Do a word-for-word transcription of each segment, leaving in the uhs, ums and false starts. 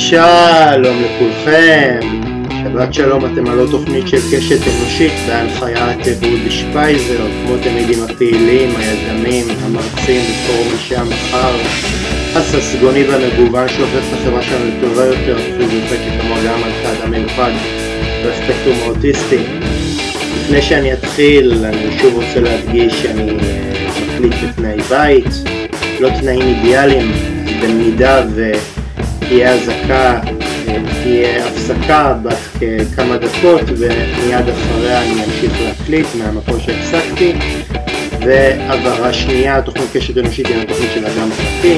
שלום לכולכם, שבת שלום, אתם על תוכנית של קשת אנושית בהנחיית רודי שפייזר, כמו תמיד עם הפעילים, היזמים, המרצים בפורום אנשי המחר, הססגוני והמגוון שהופך את החברה שלנו לטובה יותר, אפילו בפקט כמו גם על האדם המיוחד בספקטרום האוטיסטי. לפני שאני אתחיל, אני שוב רוצה להדגיש שאני מקליט בתנאי בית, לא תנאים אידיאליים, במידה ו... תהיה הזקה, תהיה הפסקה בת כמה דקות ומיד אחריה אני אמשיך להקליט מהמקום שהפסקתי. והבהרה שנייה, תוכנית קשת אנושית היא התוכנית של אדם פרטי,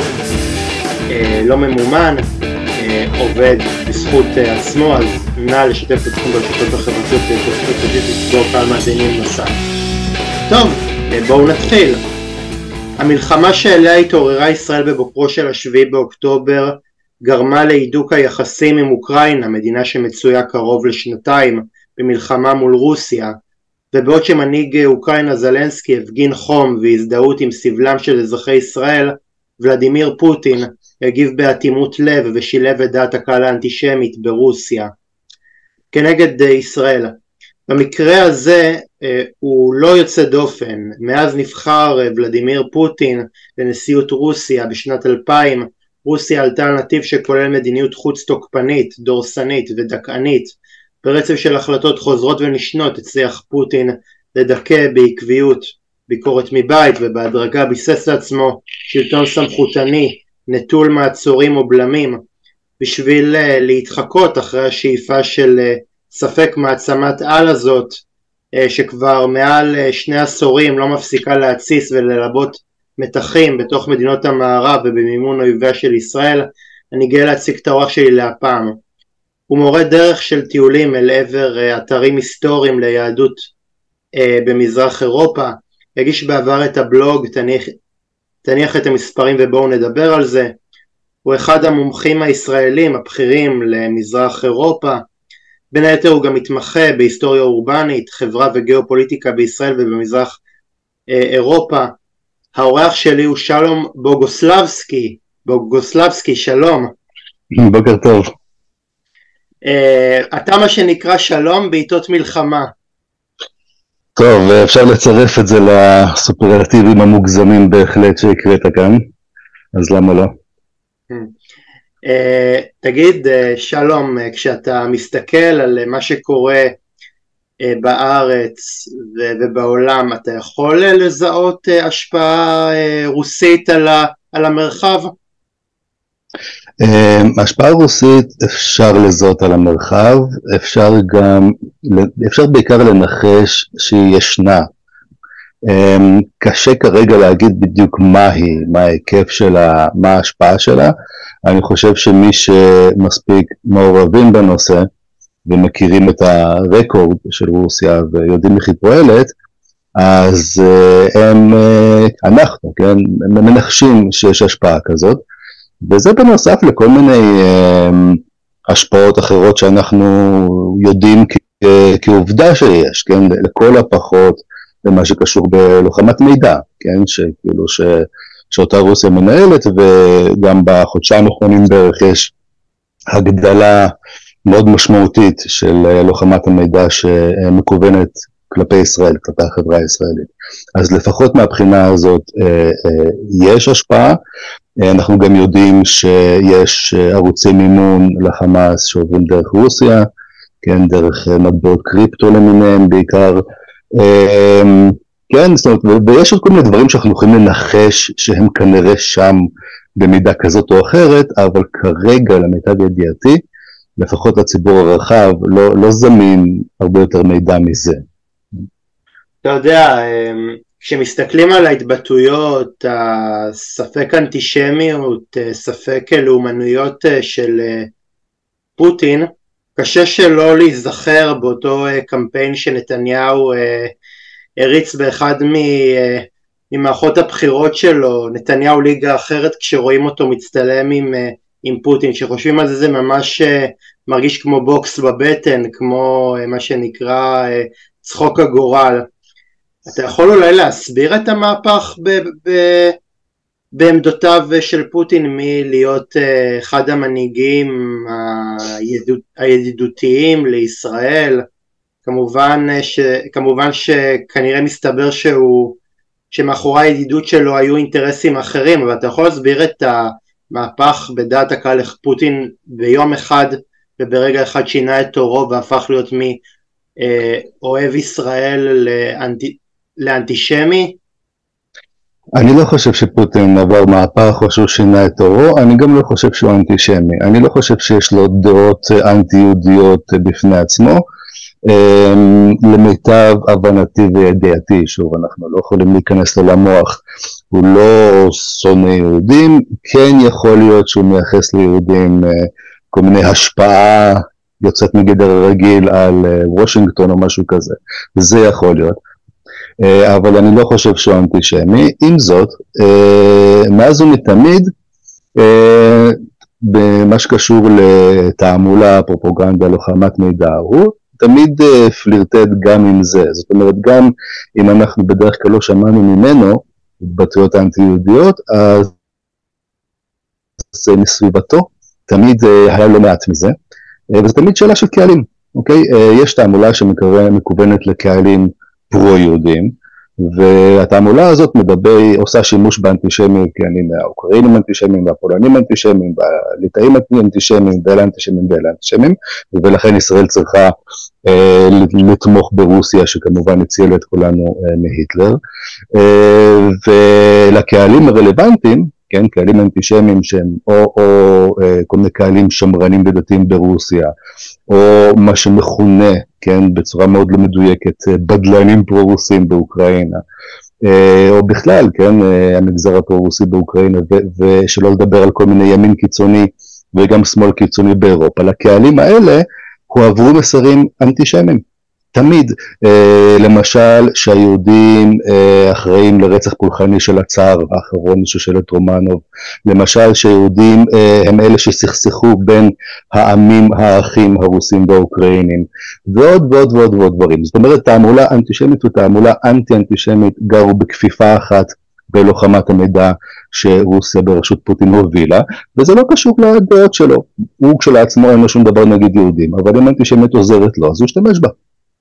לא ממומן, עובד בזכות עצמו, אז נא לשתף את התחום ברשתות החברתיות ותוכנית פשוט לצבור קהל מאזינים נוסף. טוב, בואו נתחיל. המלחמה שאליה התעוררה ישראל בבוקרו של השביעי באוקטובר גרמה להידוק היחסים עם אוקראינה, מדינה שמצויה קרוב לשנתיים במלחמה מול רוסיה, ובעוד שמנהיג אוקראינה זלנסקי הפגין חום והזדהות עם סבלם של אזרחי ישראל, ולדימיר פוטין הגיב באטימות לב ושילב את דעת הקהל האנטישמית ברוסיה כנגד ישראל. במקרה הזה הוא לא יוצא דופן. מאז נבחר ולדימיר פוטין לנשיאות רוסיה בשנת אלפיים, רוסיה עלתה על נתיב שכולל מדיניות חוץ תוקפנית, דורסנית ודכאנית. ברצף של החלטות חוזרות ונשנות הצליח פוטין לדכא בעקביות ביקורת מבית, ובהדרגה ביסס לעצמו שלטון סמכותני נטול מעצורים או בלמים, בשביל להתחקות אחרי השאיפה של ספק מעצמת על הזאת, שכבר מעל שני עשורים לא מפסיקה להציס וללבות מתחים בתוך מדינות המערב ובמימון אויביה של ישראל. אני גאה להציג את האורח שלי להפעם. הוא מורה דרך של טיולים אל עבר אתרים היסטוריים ליהדות אה, במזרח אירופה. הגיש בעבר את הבלוג תניח, תניח את המספרים ובואו נדבר על זה. הוא אחד המומחים הישראלים הבכירים למזרח אירופה. בין היתר הוא גם מתמחה בהיסטוריה אורבנית, חברה וגיאופוליטיקה בישראל ובמזרח אה, אירופה. האורח שלי הוא שלום בוגוסלבסקי. בוגוסלבסקי, שלום. בוקר טוב. Uh, אתה מה שנקרא שלום בעיתות מלחמה. טוב, אפשר לצרף את זה לסופרלטיבים המוגזמים בהחלט שהקראת כאן, אז למה לא? Uh, תגיד, uh, שלום, uh, כשאתה מסתכל על מה שקורה בארץ ובעולם, אתה יכול לזהות השפעה רוסית על המרחב? השפעה רוסית אפשר לזהות על המרחב, אפשר גם, אפשר בעיקר לנחש שהיא ישנה. קשה כרגע להגיד בדיוק מה היא, מה ההיקף שלה, מה ההשפעה שלה. אני חושב שמי שמספיק מעורבים בנושא, ומכירים את הרקורד של רוסיה ויודעים איך היא פועלת, אז הם, אנחנו, כן, הם מנחשים שיש השפעה כזאת, וזה בנוסף לכל מיני השפעות אחרות שאנחנו יודעים כעובדה שיש, כן, לכל הפחות במה שקשור בלוחמת מידע, כן, שכאילו ש, שאותה רוסיה מנהלת, וגם בחודשיים האחרונים בערך יש הגדלה מאוד משמעותית של לוחמת המידע שמכוונת כלפי ישראל, כלפי החברה הישראלית. אז לפחות מהבחינה הזאת יש השפעה. אנחנו גם יודעים שיש ערוצי מימון לחמאס שעוברים דרך רוסיה, כן, דרך מטבעות קריפטו למיניהם בעיקר. כן, זאת אומרת, ויש עוד כל מיני דברים שאנחנו יכולים לנחש שהם כנראה שם במידה כזאת או אחרת, אבל כרגע למיטב ידיעתי, לפחות לציבור הרחב, לא, לא זמין הרבה יותר מידע מזה. אתה יודע, כשמסתכלים על ההתבטאויות, הספק אנטישמיות, ספק לאומנויות של פוטין, קשה שלא להיזכר באותו קמפיין שנתניהו הריץ באחד ממערכות הבחירות שלו, נתניהו ליגה אחרת, כשרואים אותו מצטלם עם עם פוטין. שחושבים על זה זה ממש מרגיש כמו בוקס בבטן, כמו מה שנקרא צחוק הגורל. אתה יכול אולי להסביר את המהפך ב- ב- בעמדותיו של פוטין מלהיות אחד המנהיגים הידיד, הידידותיים לישראל. כמובן, ש, כמובן שכנראה מסתבר שהוא, שמאחורי הידידות שלו היו אינטרסים אחרים, אבל אתה יכול להסביר את המהפך בדעת הקהל, איך פוטין ביום אחד וברגע אחד שינה את תורו והפך להיות מאוהב ישראל לאנטי, לאנטישמי? אני לא חושב שפוטין עבר מהפך או שהוא שינה את תורו, אני גם לא חושב שהוא אנטישמי, אני לא חושב שיש לו דעות אנטי-יהודיות בפני עצמו. למיטב הבנתי וידיעתי, שוב, אנחנו לא יכולים להיכנס לו למוח, הוא לא שונא יהודים, כן יכול להיות שהוא מייחס ליהודים כל מיני השפעה יוצאת מגדר הרגיל על וושינגטון או משהו כזה, זה יכול להיות, אבל אני לא חושב שהוא אנטישמי. עם זאת, מאז ומתמיד, במה שקשור לתעמולה, פרופוגנדה, לוחמת מידע, הוא תמיד פלירטט גם עם זה. זאת אומרת, גם אם אנחנו בדרך כלל לא שמענו ממנו התבטאויות האנטי-יהודיות, אז מסביבתו תמיד היה לא מעט מזה, וזה תמיד שאלה של קהלים, אוקיי? יש תעמולה שמכוונת לקהלים פרו-יהודים, והתעמולה הזאת מדבר, עושה שימוש באנטישמיות, קהלים האוקראינים אנטישמיים, והפולנים אנטישמיים, והליטאים אנטישמיים, ואלה אנטישמיים ואלה אנטישמיים, ולכן ישראל צריכה אה, לתמוך ברוסיה, שכמובן הצילה את כולנו אה, מהיטלר, אה, ולקהלים הרלוונטיים, כן, קהלים אנטישמיים שהם או, או אה, כל מיני קהלים שמרנים ודתיים ברוסיה, או מה שמכונה, כן, בצורה מאוד לא מדויקת, בדלנים פרו-רוסים באוקראינה, אה, או בכלל, כן, אה, המגזר הפרו-רוסי באוקראינה, ו- ושלא לדבר על כל מיני ימין קיצוני וגם שמאל קיצוני באירופה. לקהלים האלה הועברו מסרים אנטישמיים. תמיד, אה, למשל שהיהודים אה, אחראים לרצח פולחני של הצאר האחרון שושלת רומנוב, למשל שהיהודים אה, הם אלה שסכסכו בין העמים האחים הרוסים והאוקראינים, ועוד ועוד ועוד ועוד דברים. זאת אומרת, תעמולה אנטישמית ותעמולה אנטי-אנטישמית גרו בכפיפה אחת בלוחמת המידע שרוסיה בראשות פוטין הובילה, וזה לא קשור לדעות שלו. הוא כשלעצמו אין לו שום דבר נגד יהודים, אבל אם אנטישמית עוזרת לו, אז הוא השתמש בה.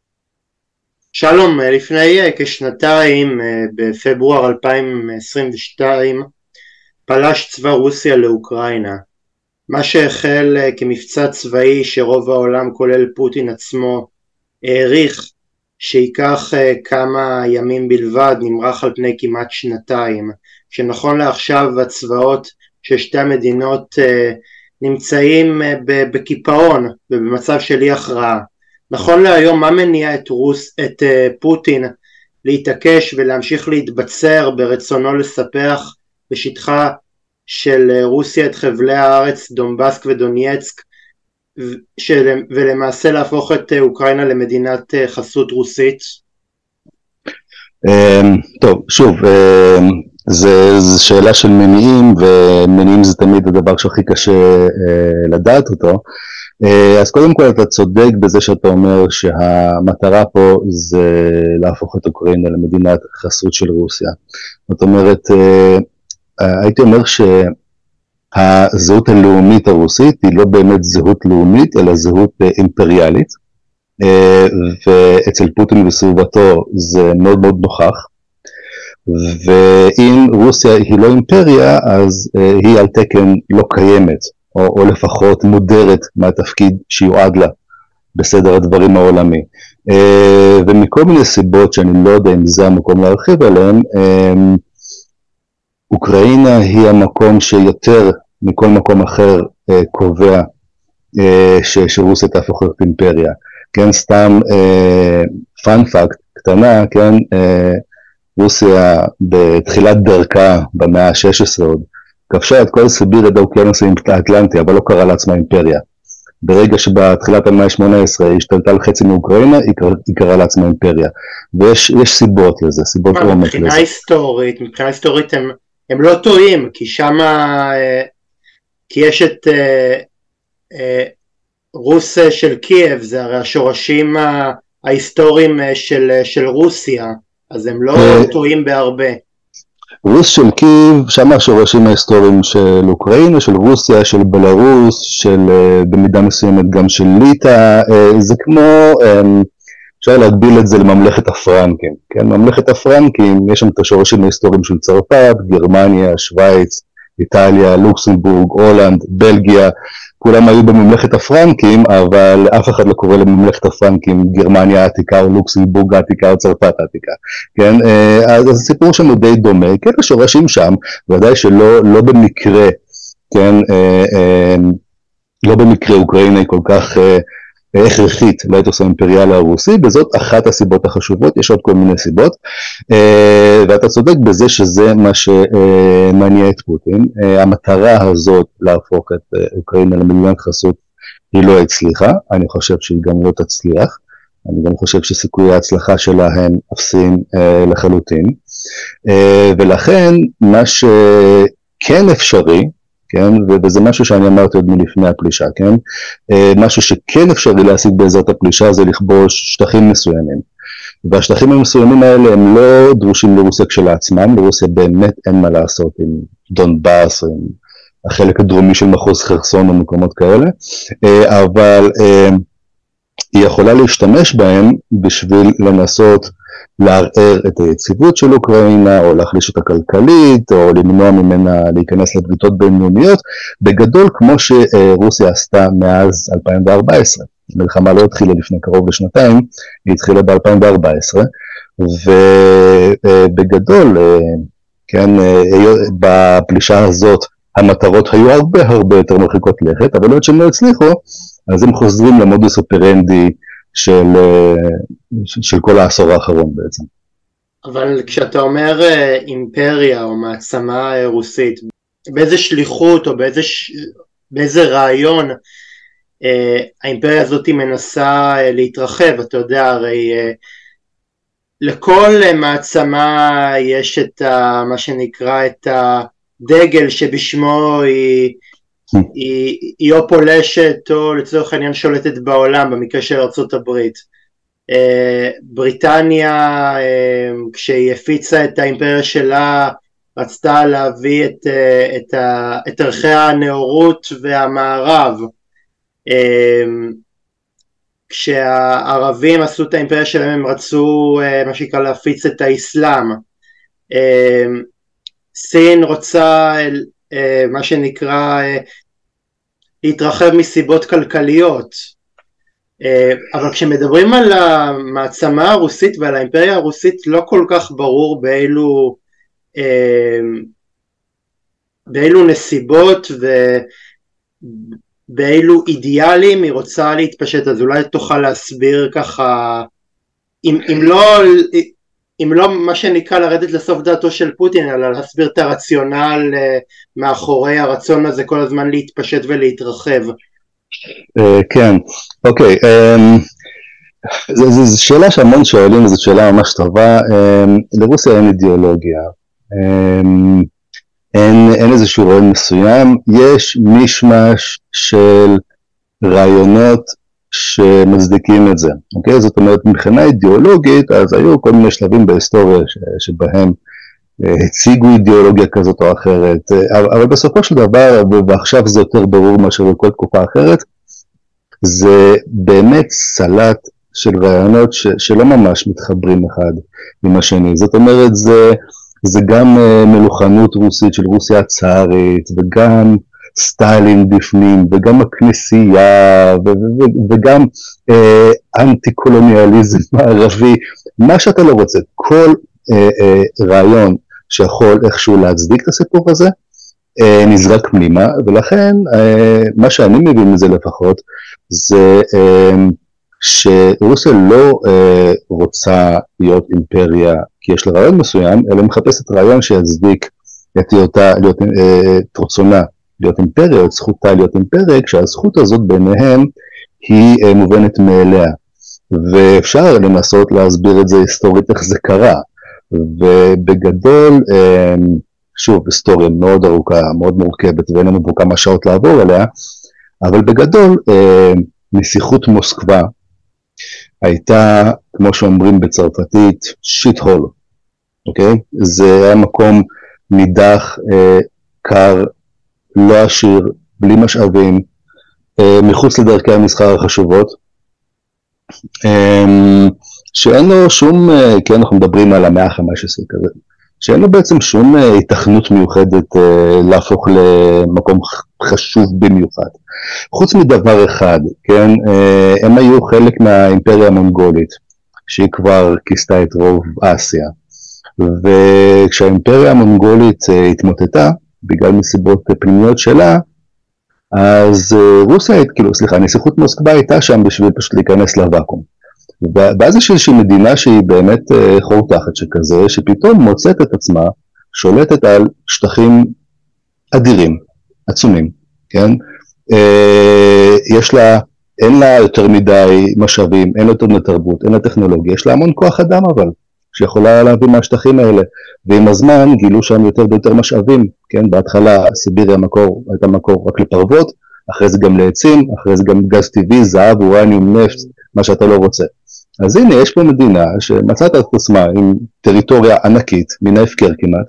שלום, לפני כשנתיים, בפברואר אלפיים עשרים ושתיים, פלש צבא רוסיה לאוקראינה, מה שהחל כמבצע צבאי שרוב העולם כולל פוטין עצמו העריך שיקח כמה ימים בלבד, נמרח על פני כמעט שנתיים, שנכון לעכשיו הצבאות של שתי המדינות נמצאים בקיפאון ובמצב של אי הכרעה. נכון להיום, מה מניע את, רוס, את uh, פוטין להתעקש ולהמשיך להתבצר ברצונו לספח בשטחה של uh, רוסיה את חבלי הארץ דונבסק ודונייצק, של, ולמעשה להפוך את uh, אוקראינה למדינת uh, חסות רוסית? Um, טוב, שוב, um, זו שאלה של מניעים, ומניעים זה תמיד הדבר שהכי קשה uh, לדעת אותו. אז קודם כל אתה צודק בזה שאתה אומר שהמטרה פה זה להפוך את אוקראינה למדינת חסות של רוסיה. זאת אומרת, הייתי אומר שהזהות הלאומית הרוסית היא לא באמת זהות לאומית, אלא זהות אימפריאלית, ואצל פוטין וסביבתו זה מאוד מאוד נוכח, ואם רוסיה היא לא אימפריה, אז היא על תקן לא קיימת, או, או לפחות מודרת מהתפקיד שיועד לה בסדר הדברים העולמי. אה, ומכל מיני סיבות שאני לא יודע אם זה המקום להרחיב עליהם, אה, אוקראינה היא המקום שיותר מכל מקום אחר אה, קובע אה, ש, שרוסיה תהפוך להיות אימפריה. כן, סתם פאנ פאקט קטנה, כן, אה, רוסיה בתחילת דרכה במאה ה-שש עשרה עוד, כבשה את כל סיביר עד האוקיינוס האטלנטי, אבל לא קראה לעצמה אימפריה. ברגע שבתחילת המאה ה-שמונה עשרה היא השתלטה על חצי מאוקראינה, היא, קרא, היא קראה לעצמה אימפריה. ויש יש סיבות לזה, סיבות עומק לזה. מבחינה היסטורית, מבחינה היסטורית הם, הם לא טועים, כי שמה, כי יש את אה, אה, רוס של קייב, זה הרי השורשים ההיסטוריים של, של רוסיה, אז הם לא טועים בהרבה. רוס של קייב, שם השורשים ההיסטוריים של אוקראינה, של רוסיה, של בלרוס, של במידה מסוימת גם של ליטא, זה כמו, אפשר להגביל את זה לממלכת הפרנקים, כן? ממלכת הפרנקים, יש שם את השורשים ההיסטוריים של צרפת, גרמניה, שוויץ, איטליה, לוקסמבורג, הולנד, בלגיה, כולם היו בממלכת הפרנקים, אבל אף אחד לא קורא לממלכת הפרנקים גרמניה העתיקה או לוקסמבורג העתיקה או צרפת העתיקה, כן? אז הסיפור שם הוא די דומה, כן, השורשים שם, ודאי שלא לא במקרה, כן, לא במקרה אוקראינה היא כל כך הכרחית לאתוס האימפריאלי הרוסי, וזאת אחת הסיבות החשובות, יש עוד כל מיני סיבות, ואתה צודק בזה שזה מה שמניע את פוטין. המטרה הזאת להפוך את אוקראינה למדינת חסות היא לא הצליחה, אני חושב שהיא גם לא תצליח, אני גם חושב שסיכויי ההצלחה שלה הם אפסיים לחלוטין, ולכן מה שכן אפשרי, כן, וזה משהו שאני אמרתי עוד מלפני הפלישה, כן, משהו שכן אפשרי להשיג בעזרת הפלישה זה לכבוש שטחים מסוימים, והשטחים המסוימים האלה הם לא דרושים לרוסיה כשלעצמם, לרוסיה באמת אין מה לעשות עם דונבאס, עם החלק הדרומי של מחוז חרסון או מקומות כאלה, אבל היא יכולה להשתמש בהם בשביל לנסות לערער את היציבות של אוקראינה, או להחליש את הכלכלית, או למנוע ממנה להיכנס לבריתות בינלאומיות, בגדול כמו שרוסיה עשתה מאז אלפיים וארבע עשרה. המלחמה לא התחילה לפני קרוב לשנתיים, היא התחילה ב-אלפיים וארבע עשרה, ובגדול, כן, בפלישה הזאת, המטרות היו הרבה הרבה יותר מרחיקות לכת, אבל לא עד שהם לא הצליחו, אז הם חוזרים למודוס אופרנדי, של, של כל העשור האחרון בעצם. אבל כשאתה אומר אימפריה או מעצמה רוסית, באיזה שליחות או באיזה, באיזה רעיון האימפריה הזאת מנסה להתרחב? אתה יודע, הרי לכל מעצמה יש את ה, מה שנקרא את הדגל שבשמו היא היא, היא או פולשת או לצורך העניין שולטת בעולם, במקרה של ארצות הברית. בריטניה, כשהיא הפיצה את האימפריה שלה, רצתה להביא את, את, את ערכי הנאורות והמערב. כשהערבים עשו את האימפריה שלהם, הם רצו מה שנקרא להפיץ את האסלאם. סין רוצה מה שנקרא להתרחב מסיבות כלכליות, אבל כשמדברים על המעצמה הרוסית ועל האימפריה הרוסית לא כל כך ברור באילו באילו נסיבות ובאילו אידיאלים היא רוצה להתפשט. אז אולי תוכל להסביר ככה, אם, אם לא אם לא מה שנקרא לרדת לסוף דעתו של פוטין, אלא להסביר את הרציונל מאחורי הרצון הזה כל הזמן להתפשט ולהתרחב. כן, אוקיי, זו שאלה שהמון שואלים, זו שאלה ממש טובה. לרוסיה אין אידיאולוגיה, אין איזשהו רעיון מסוים, יש מישמש של רעיונות שמצדיקים את זה, אוקיי? זאת אומרת, מבחינה אידיאולוגית, אז היו כל מיני שלבים בהיסטוריה שבהם הציגו אידיאולוגיה כזאת או אחרת, אבל בסופו של דבר, ועכשיו זה יותר ברור מאשר בכל תקופה אחרת, זה באמת סלט של רעיונות ש, שלא ממש מתחברים אחד עם השני. זאת אומרת, זה, זה גם מלוכנות רוסית של רוסיה הצארית, וגם סטלין בפנים, וגם הכנסייה, ו- ו- וגם אה, אנטי-קולוניאליזם מערבי, מה שאתה לא רוצה, כל אה, אה, רעיון שיכול איכשהו להצדיק את הסיפור הזה, אה, נזרק פנימה, ולכן אה, מה שאני מבין מזה לפחות, זה אה, שרוסיה לא אה, רוצה להיות אימפריה כי יש לה רעיון מסוים, אלא מחפשת רעיון שיצדיק את היותה, להיות, אה, את רצונה להיות אימפריה, או את זכותה להיות אימפריה, כשהזכות הזאת ביניהם היא אה, מובנת מאליה, ואפשר לנסות להסביר את זה היסטורית איך זה קרה, ובגדול, אה, שוב, היסטוריה מאוד ארוכה, מאוד מורכבת, ואין לנו פה כמה שעות לעבור עליה, אבל בגדול, אה, נסיכות מוסקבה הייתה, כמו שאומרים בצרפתית, שיט הול, אוקיי? זה היה מקום נידח, אה, קר, לא עשיר, בלי משאבים, אה, מחוץ לדרכי המסחר החשובות, אה, שאין לו שום, אה, כן, אנחנו מדברים על המאה ה-חמש עשרה כזה, שאין לו בעצם שום אה, התכנות מיוחדת אה, להפוך למקום חשוב במיוחד. חוץ מדבר אחד, כן, אה, הם היו חלק מהאימפריה המונגולית, שהיא כבר כיסתה את רוב אסיה, וכשהאימפריה המונגולית אה, התמוטטה, בגלל מסיבות פנימיות שלה, אז אה, רוסיה, כאילו, סליחה, נסיכות מוסקבה הייתה שם בשביל פשוט להיכנס לוואקום. ואז יש איזושהי מדינה שהיא באמת אה, חור תחת שכזה, שפתאום מוצאת את עצמה, שולטת על שטחים אדירים, עצומים, כן? אה, יש לה, אין לה יותר מדי משאבים, אין לה יותר מתרבות, אין לה טכנולוגיה, יש לה המון כוח אדם אבל, שיכולה להביא מהשטחים האלה, ועם הזמן גילו שם יותר ויותר משאבים, כן? בהתחלה סיביריה מקור, הייתה מקור רק לפרוות, אחרי זה גם לעצים, אחרי זה גם גז טבעי, זהב, אורניום, נפט, מה שאתה לא רוצה. אז הנה, יש פה מדינה שמצאת את עצמה עם טריטוריה ענקית, מן ההפקר כמעט,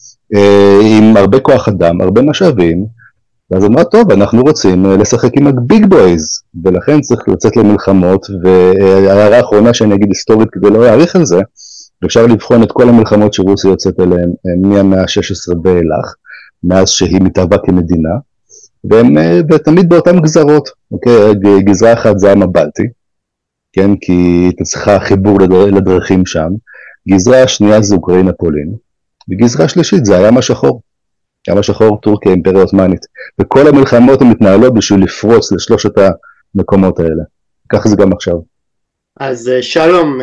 עם הרבה כוח אדם, הרבה משאבים, ואז אמרה, טוב, אנחנו רוצים לשחק עם הביג בויז, ולכן צריך לצאת למלחמות, וההערה האחרונה שאני אגיד היסטורית כדי לא להעריך על זה, ואפשר לבחון את כל המלחמות שרוסיה יוצאת אליהן מהמאה ה-שש עשרה ואילך, מאז שהיא מתהווה כמדינה, והם תמיד באותן גזרות, אוקיי? גזרה אחת זה עם הבלטי, כן, כי היא צריכה חיבור לדרכים שם, גזרה השנייה זה אוקראינה פולין, וגזרה שלישית זה הים השחור, ים השחור טורקיה, אימפריה עות'מאנית, וכל המלחמות הן מתנהלות בשביל לפרוץ לשלושת המקומות האלה, כך זה גם עכשיו. אז שלום,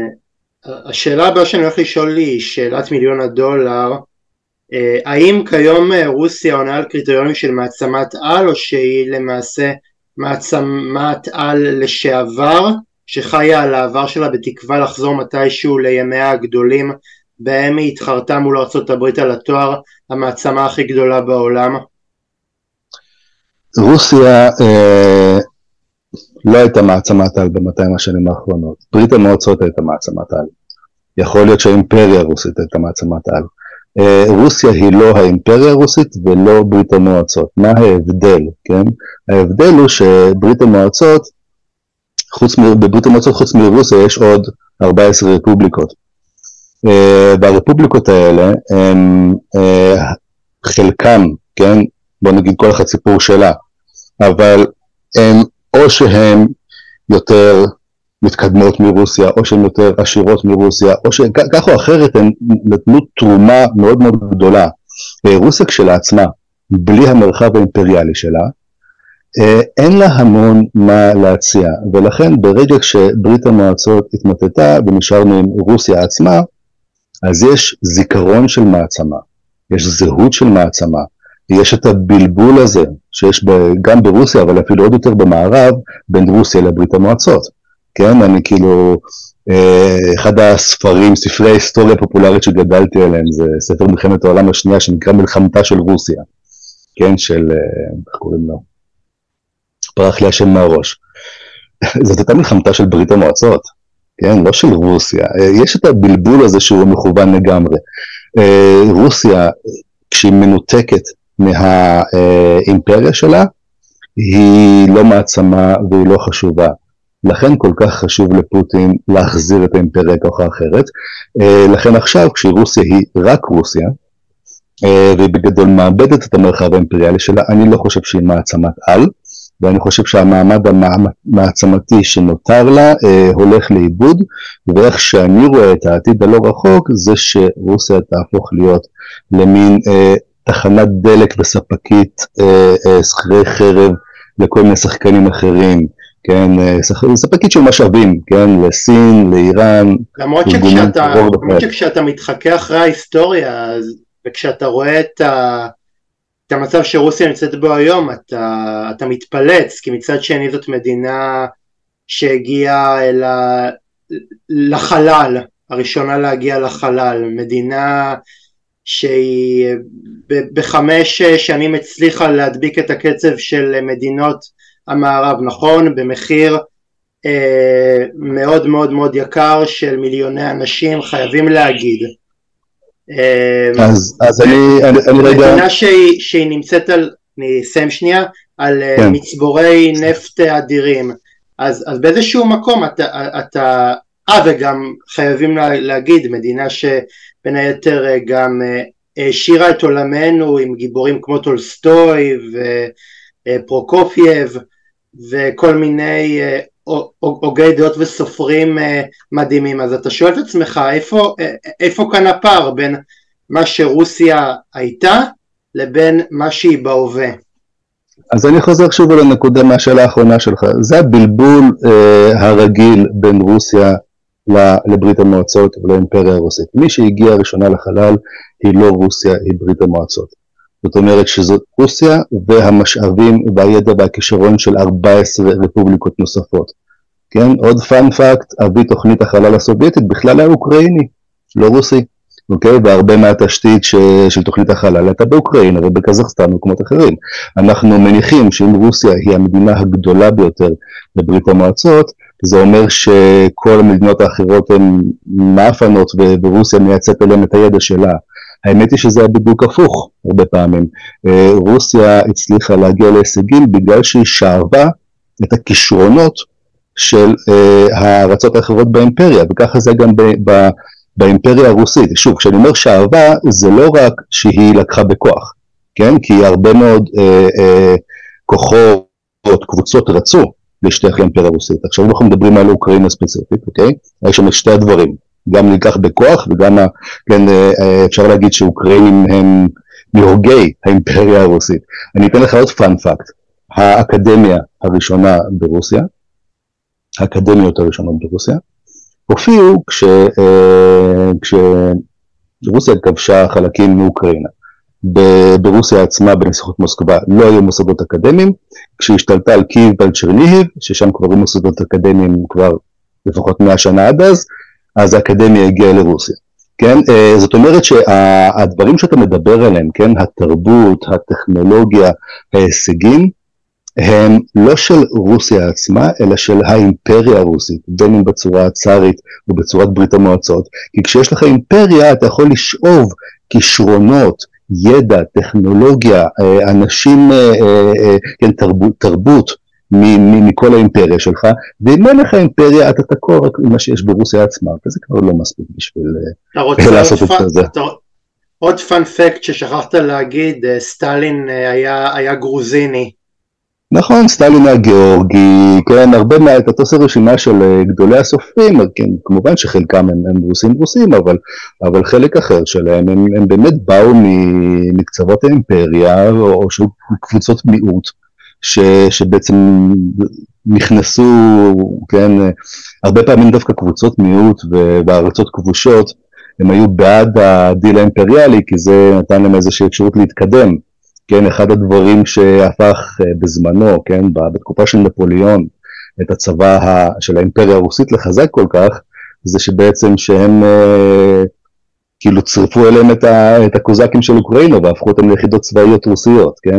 השאלה הבאה שאני הולך לשאול לי, שאלת מיליון הדולר, האם כיום רוסיה עונה על קריטריונים של מעצמת על, או שהיא למעשה מעצמת על לשעבר, שחיה על העבר שלה בתקווה לחזור מתישהו לימיה הגדולים, בהם היא התחרתה מול ארצות הברית על התואר המעצמה הכי גדולה בעולם? רוסיה אה, לא הייתה מעצמת על ב-מאתיים השנים האחרונות, ברית המועצות הייתה מעצמת על, יכול להיות שהאימפריה הרוסית הייתה מעצמת על, אה, רוסיה היא לא האימפריה הרוסית ולא ברית המועצות. מה ההבדל, כן? ההבדל הוא שברית המועצות, חוץ מ... בברית המועצות חוץ מרוסיה יש עוד ארבע עשרה רפובליקות, אה, והרפובליקות האלה הם אה, חלקם, כן, בוא נגיד כל אחד סיפור שלה, אבל הם או שהם יותר מתקדמות מרוסיה, או שהן יותר עשירות מרוסיה, או שכך או אחרת הן נתנו תרומה מאוד מאוד גדולה. רוסיה כשלעצמה, בלי המרחב האימפריאלי שלה, אין לה המון מה להציע, ולכן ברגע שברית המועצות התמוטטה ונשארנו עם רוסיה עצמה, אז יש זיכרון של מעצמה, יש זהות של מעצמה, יש את הבלבול הזה שיש גם ברוסיה, אבל אפילו עוד יותר במערב, בין רוסיה לברית המועצות. כן, אני כאילו, אחד הספרים, ספרי ההיסטוריה הפופולרית שגדלתי עליהם, זה ספר מלחמת העולם השנייה שנקרא מלחמתה של רוסיה, כן, של, איך קוראים לו? פרח לי השם מהראש. זאת הייתה מלחמתה של ברית המועצות, כן, לא של רוסיה. יש את הבלבול הזה שהוא מכוון לגמרי. רוסיה, כשהיא מנותקת מהאימפריה שלה, היא לא מעצמה והיא לא חשובה. לכן כל כך חשוב לפוטין להחזיר את האימפריה ככה אחרת. לכן עכשיו כשרוסיה היא רק רוסיה, והיא בגדול מאבדת את המרחב האימפריאלי שלה, אני לא חושב שהיא מעצמת על, ואני חושב שהמעמד המעצמתי שנותר לה הולך לאיבוד, ואיך שאני רואה את העתיד הלא רחוק, זה שרוסיה תהפוך להיות למין תחנת דלק וספקית שכרי חרב לכל מיני שחקנים אחרים, כן, ספקית של משאבים, כן, לסין, לאיראן. למרות שכשאתה, למרות שכשאתה מתחכה אחרי ההיסטוריה, וכשאתה רואה את, ה, את המצב שרוסיה נמצאת בו היום, אתה, אתה מתפלץ, כי מצד שני זאת מדינה שהגיעה אל ה, לחלל, הראשונה להגיע לחלל, מדינה שהיא בחמש שנים הצליחה להדביק את הקצב של מדינות המערב, נכון, במחיר אה, מאוד מאוד מאוד יקר של מיליוני אנשים, חייבים להגיד. אז, אז אני, אני, אני רגע... מדינה שהיא, שהיא נמצאת על, אני אסיים שנייה, על כן. מצבורי נפט אדירים, אז, אז באיזשהו מקום אתה, אתה, אה וגם חייבים להגיד, מדינה שבין היתר גם העשירה את עולמנו עם גיבורים כמו טולסטוי ופרוקופייב וכל מיני הוגי דעות וסופרים מדהימים, אז אתה שואל את עצמך איפה, איפה כאן הפער בין מה שרוסיה הייתה לבין מה שהיא בהווה. אז אני חוזר שוב על הנקודה מהשאלה האחרונה שלך, זה הבלבול אה, הרגיל בין רוסיה לברית המועצות ולאימפריה הרוסית. מי שהגיע ראשונה לחלל היא לא רוסיה, היא ברית המועצות. זאת אומרת שזאת רוסיה והמשאבים והידע והכישרון של ארבע עשרה רפובליקות נוספות. כן, עוד פאנ פאקט, אבי תוכנית החלל הסובייטית בכלל היה אוקראיני, לא רוסי. אוקיי, והרבה מהתשתית ש... של תוכנית החלל הייתה באוקראינה ובקזחסטן ומקומות אחרים. אנחנו מניחים שאם רוסיה היא המדינה הגדולה ביותר בברית המועצות, זה אומר שכל המדינות האחרות הן מאפנות ורוסיה מייצאת אליהם את הידע שלה. האמת היא שזה היה בדיוק הפוך הרבה פעמים. רוסיה הצליחה להגיע להישגים בגלל שהיא שאבה את הכישרונות של הארצות האחרות באימפריה, וככה זה גם ב... ב... באימפריה הרוסית. שוב, כשאני אומר שאהבה, זה לא רק שהיא לקחה בכוח, כן? כי הרבה מאוד אה, אה, כוחות, קבוצות רצו להשתייך לאימפריה הרוסית. עכשיו אנחנו מדברים על אוקראינה ספציפית, אוקיי? יש שם את שתי הדברים, גם נלקח בכוח וגם, כן, אה, אפשר להגיד שאוקראינים הם מהוגי האימפריה הרוסית. אני אתן לך עוד פאנ פאקט, האקדמיה הראשונה ברוסיה, האקדמיות הראשונות ברוסיה, הופיעו כש, כשרוסיה כבשה חלקים מאוקראינה. ברוסיה עצמה, בנסיכות מוסקבה, לא היו מוסדות אקדמיים, כשהשתלטה על קייב ועל צ'רניהיב, ששם כבר היו מוסדות אקדמיים כבר לפחות מאה שנה עד אז, אז האקדמיה הגיעה לרוסיה. כן? זאת אומרת שהדברים שאתה מדבר עליהם, כן? התרבות, הטכנולוגיה, ההישגים, הם לא של רוסיה עצמה, אלא של האימפריה הרוסית, בין אם בצורה הצארית או בצורת ברית המועצות, כי כשיש לך אימפריה אתה יכול לשאוב כישרונות, ידע, טכנולוגיה, אנשים, כן, תרבות, תרבות מכל האימפריה שלך, ואם אין לך אימפריה אתה תקור רק מה שיש ברוסיה עצמה, וזה כבר לא מספיק בשביל לעשות את זה. עוד פאנ פקט ששכחת להגיד, סטלין היה, היה גרוזיני. נכון, סטלין הגיאורגי, כן, הרבה מה, אתה עושה רשימה של גדולי הסופרים, כן, כמובן שחלקם הם, הם רוסים רוסים, אבל, אבל חלק אחר שלהם, הם, הם באמת באו מקצוות האימפריה, או, או של קבוצות מיעוט, ש, שבעצם נכנסו, כן, הרבה פעמים דווקא קבוצות מיעוט ובארצות כבושות, הם היו בעד הדיל האימפריאלי, כי זה נתן להם איזושהי אפשרות להתקדם. כן, אחד הדברים שהפך בזמנו, כן, בתקופה של נפוליאון, את הצבא של האימפריה הרוסית לחזק כל כך, זה שבעצם שהם אה, כאילו צירפו אליהם את, ה, את הקוזקים של אוקראינה, והפכו אותם ליחידות צבאיות רוסיות, כן?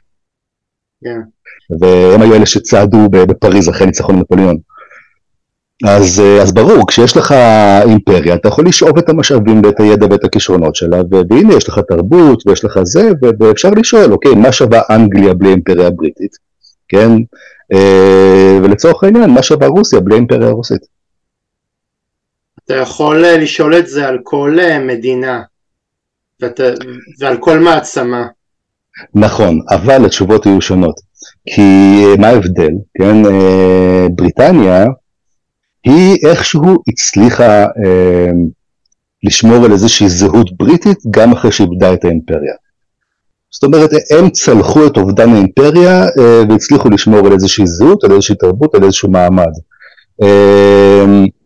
כן. והם היו אלה שצעדו בפריז אחרי ניצחון נפוליאון. אז, אז ברור, כשיש לך אימפריה, אתה יכול לשאוב את המשאבים ואת הידע ואת הכישרונות שלה, והנה יש לך תרבות ויש לך זה, ואפשר לשאול, אוקיי, מה שווה אנגליה בלי אימפריה הבריטית, כן? ולצורך העניין, מה שווה רוסיה בלי אימפריה הרוסית? אתה יכול לשאול את זה על כל מדינה, ואת, ועל כל מעצמה. נכון, אבל התשובות יהיו שונות, כי מה ההבדל, כן? בריטניה, היא איכשהו הצליחה אה, לשמור על איזושהי זהות בריטית גם אחרי שאיבדה את האימפריה. זאת אומרת, הם צלחו את אובדן האימפריה אה, והצליחו לשמור על איזושהי זהות, על איזושהי תרבות, על איזשהו מעמד. אה,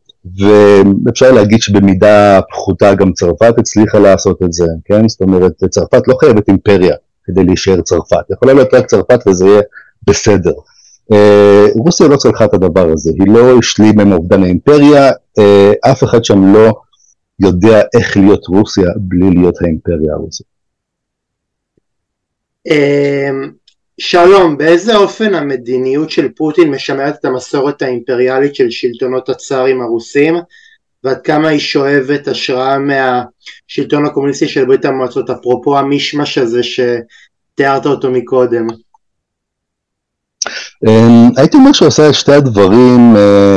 ואפשר להגיד שבמידה פחותה גם צרפת הצליחה לעשות את זה, כן? זאת אומרת, צרפת לא חייבת אימפריה כדי להישאר צרפת. יכולה להיות רק צרפת וזה יהיה בסדר. רוסיה לא צלחה את הדבר הזה, היא לא השלימה עם אובדן האימפריה, אף אחד שם לא יודע איך להיות רוסיה בלי להיות האימפריה הרוסית. שלום, באיזה אופן המדיניות של פוטין משמרת את המסורת האימפריאלית של שלטונות הצארים הרוסים, ועד כמה היא שואבת השראה מהשלטון הקומוניסטי של ברית המועצות, אפרופו המשמש הזה שתיארת אותו מקודם. הייתי אומר שעושה את שתי הדברים,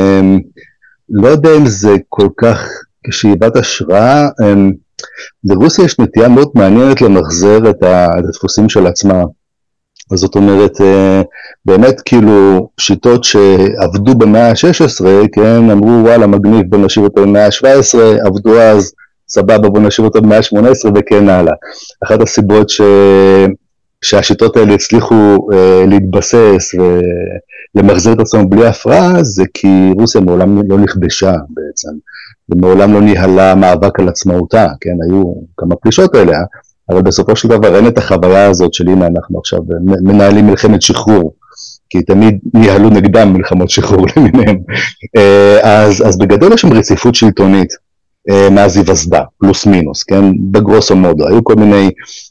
לא יודע אם זה כל כך כשאיבת השראה. לרוסיה יש נטייה מאוד מעניינת למחזר את הדפוסים של עצמה. אז זאת אומרת, באמת כאילו שיטות שעבדו במאה ה-שש עשרה, כן, אמרו וואלה מגניב בוא נשאיר אותו במאה ה-שבע עשרה, עבדו אז סבבה בוא נשאיר אותו במאה ה-שמונה עשרה וכן הלאה. אחת הסיבות ש... שהשיטות האלה הצליחו אה, להתבסס ולמחזר את עצמם בלי הפרעה, זה כי רוסיה מעולם לא נכבשה בעצם, ומעולם לא ניהלה מאבק על עצמאותה, כן, היו כמה פלישות אליה, אבל בסופו של דבר אין את החוויה הזאת של הנה אנחנו עכשיו מנהלים מלחמת שחרור, כי תמיד ניהלו נגדם מלחמות שחרור למיניהם. אז, אז בגדול יש שם רציפות שלטונית מאז היווסדה, פלוס מינוס, כן, בגרוסו מודו, היו כל מיני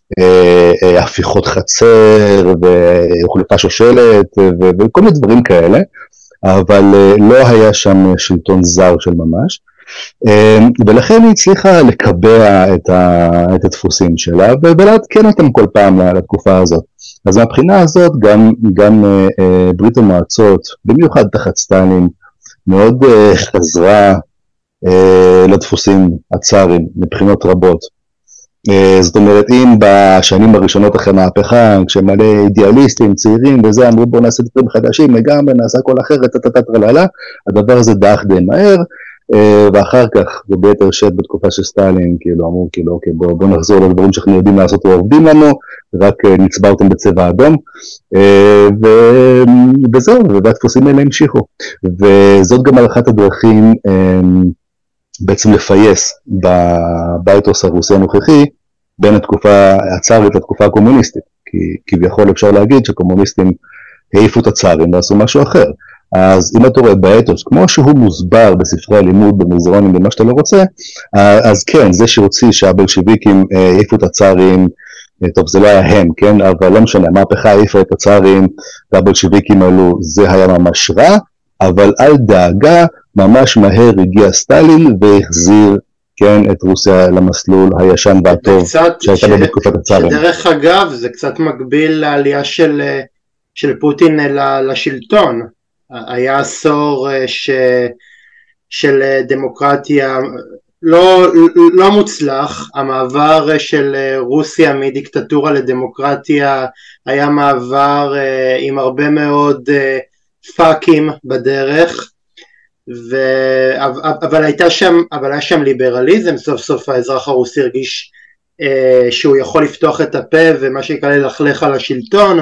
הפיכות חצר והוחלפה שושלת וכל מיני דברים כאלה, אבל לא היה שם שלטון זר של ממש. ולכן היא הצליחה לקבע את, ה, את הדפוסים שלה ולעדכן אותם כל פעם לתקופה הזאת. אז מהבחינה הזאת גם, גם uh, ברית המועצות, במיוחד תחת סטלין, מאוד uh, חזרה uh, לדפוסים הצארים מבחינות רבות. Uh, זאת אומרת, אם בשנים הראשונות אחרי מהפכה, כשמלא אידיאליסטים, צעירים וזה, אמרו בוא נעשה דברים חדשים, לגמרי נעשה הכל אחרת, טטטטטרללה, הדבר הזה דח די מהר, ואחר כך, וביתר שאת בתקופה של סטלין, כאילו אמרו, כאילו, אוקיי, בוא, בוא נחזור לדברים שאנחנו יודעים לעשות ועובדים לנו, רק נצבע אותם בצבע אדום, ו... וזהו, והדפוסים האלה המשיכו. וזאת גם אחת הדרכים בעצם לפייס באתוס הרוסי הנוכחי, בין התקופה הצארית לתקופה הקומוניסטית, כי כביכול אפשר להגיד שהקומוניסטים העיפו את הצארים ועשו משהו אחר. אז אם אתה רואה באתוס, כמו שהוא מוסבר בספרי הלימוד, במוזיאונים, במה שאתה לא רוצה, אז כן, זה שהוציא שהבולשביקים העיפו את הצארים, טוב, זה לא היה הם, כן, אבל לא משנה, המהפכה העיפה את הצארים, והבולשביקים עלו, זה היה ממש רע, אבל אל דאגה, ממש מהר הגיע סטלין והחזיר, כן, את רוסיה למסלול הישן והטוב שהייתה בה בתקופת הצארים. שדרך אגב, זה קצת מקביל לעלייה של, של פוטין לשלטון. היה עשור ש... של דמוקרטיה לא, לא מוצלח, המעבר של רוסיה מדיקטטורה לדמוקרטיה היה מעבר עם הרבה מאוד פאקים בדרך, ו... אבל, הייתה שם, אבל היה שם ליברליזם, סוף סוף האזרח הרוסי הרגיש שהוא יכול לפתוח את הפה ומה שיקרא ללכלך על השלטון,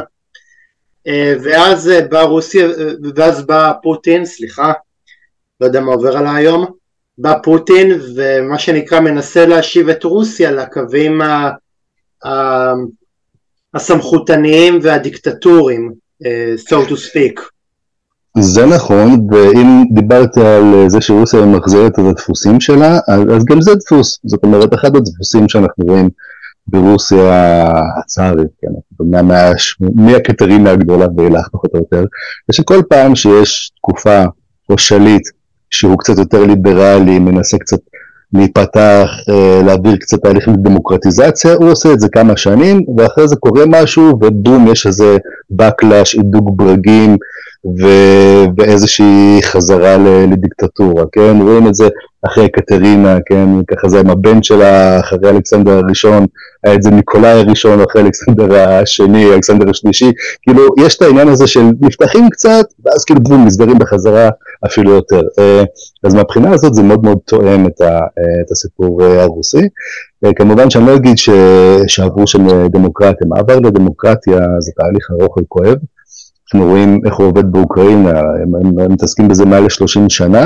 ואז בא רוסיה, ואז בא פוטין, סליחה, לא יודע מה עובר עליי היום, בא פוטין ומה שנקרא מנסה להשיב את רוסיה לקווים ה, ה, הסמכותניים והדיקטטוריים, so to speak. זה נכון, ואם דיברת על זה שרוסיה מחזרת את הדפוסים שלה, אז גם זה דפוס, זאת אומרת, אחד הדפוסים שאנחנו רואים ברוסיה הצארית, כן, מהקטרינה הגדולה ואילך פחות או יותר, ושכל פעם שיש תקופה או שליט שהוא קצת יותר ליברלי, מנסה קצת להיפתח, להעביר קצת תהליכים לדמוקרטיזציה, הוא עושה את זה כמה שנים, ואחרי זה קורה משהו, ובום, יש איזה בקלאש, עידוג ברגים, ואיזושהי חזרה לדיקטטורה, כן, רואים את זה אחרי קטרינה, כן, ככה זה עם הבן שלה, אחרי אלכסנדר הראשון, היה את זה ניקולאי הראשון, אחרי אלכסנדר השני, אלכסנדר השלישי, כאילו יש את העניין הזה של נפתחים קצת, ואז כאילו בום, נסגרים בחזרה אפילו יותר, אז מהבחינה הזאת זה מאוד מאוד תואם את, ה, את הסיפור הרוסי, כמובן שאני לא אגיד שעברו שם דמוקרטיה, מעבר לדמוקרטיה זה תהליך ארוך וכואב, אנחנו רואים איך הוא עובד באוקראינה, הם, הם, הם מתעסקים בזה מעל ל-שלושים שנה,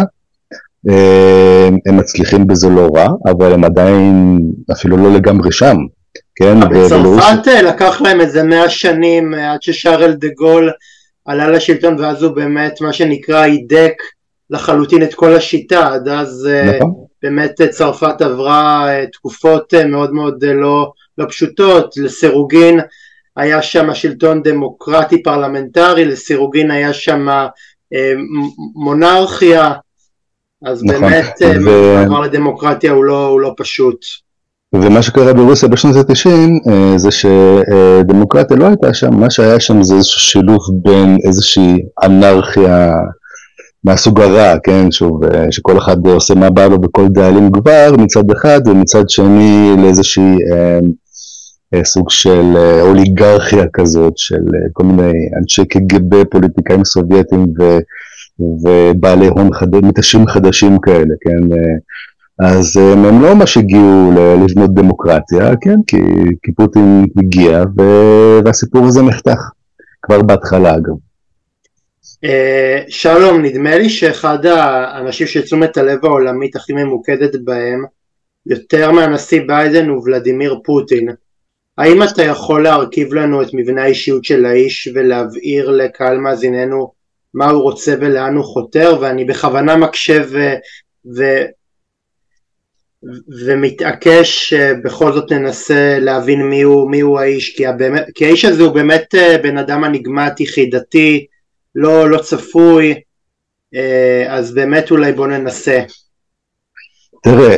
הם מצליחים בזה לא רע, אבל הם עדיין אפילו לא לגמרי שם, כן? בצרפת לקח להם איזה מאה שנים עד ששארל דה גול עלה לשלטון, ואז הוא באמת מה שנקרא הידק לחלוטין את כל השיטה, עד אז נכון. באמת צרפת עברה תקופות מאוד מאוד לא, לא פשוטות, לסירוגין, היה שם שלטון דמוקרטי פרלמנטרי, לסירוגין היה שם אה, מונרכיה, אז נכון. באמת ו... מעבר לדמוקרטיה הוא לא, הוא לא פשוט. ומה שקרה ברוסיה בשנות ה-תשעים זה שדמוקרטיה לא הייתה שם, מה שהיה שם זה איזשהו שילוב בין איזושהי אנרכיה מהסוג הרע, כן, שוב, שכל אחד עושה מה בא לו בכל דאלים גבר מצד אחד, ומצד שני לאיזושהי אה, אה, סוג של אה, אוליגרכיה כזאת, של אה, כל מיני אנשי קג"ב, פוליטיקאים סובייטים ו, ובעלי הון חד... מתעשרים חדשים כאלה, כן, אה, אז אה, הם לא ממש הגיעו לבנות דמוקרטיה, כן, כי, כי פוטין הגיע, ו, והסיפור הזה נחתך, כבר בהתחלה אגב. שלום, נדמה לי שאחד האנשים שתשומת הלב העולמית הכי ממוקדת בהם, יותר מהנשיא ביידן וולדימיר פוטין. האם אתה יכול להרכיב לנו את מבנה האישיות של האיש ולהבהיר לקהל מאזיננו מה הוא רוצה ולאן הוא חותר? ואני בכוונה מקשב ו... ו... ומתעקש בכל זאת ננסה להבין מי הוא, מי הוא האיש, כי, הבאמת, כי האיש הזה הוא באמת בן אדם אניגמטי, חידתי, לא, לא צפוי, אז באמת אולי בוא ננסה. תראה,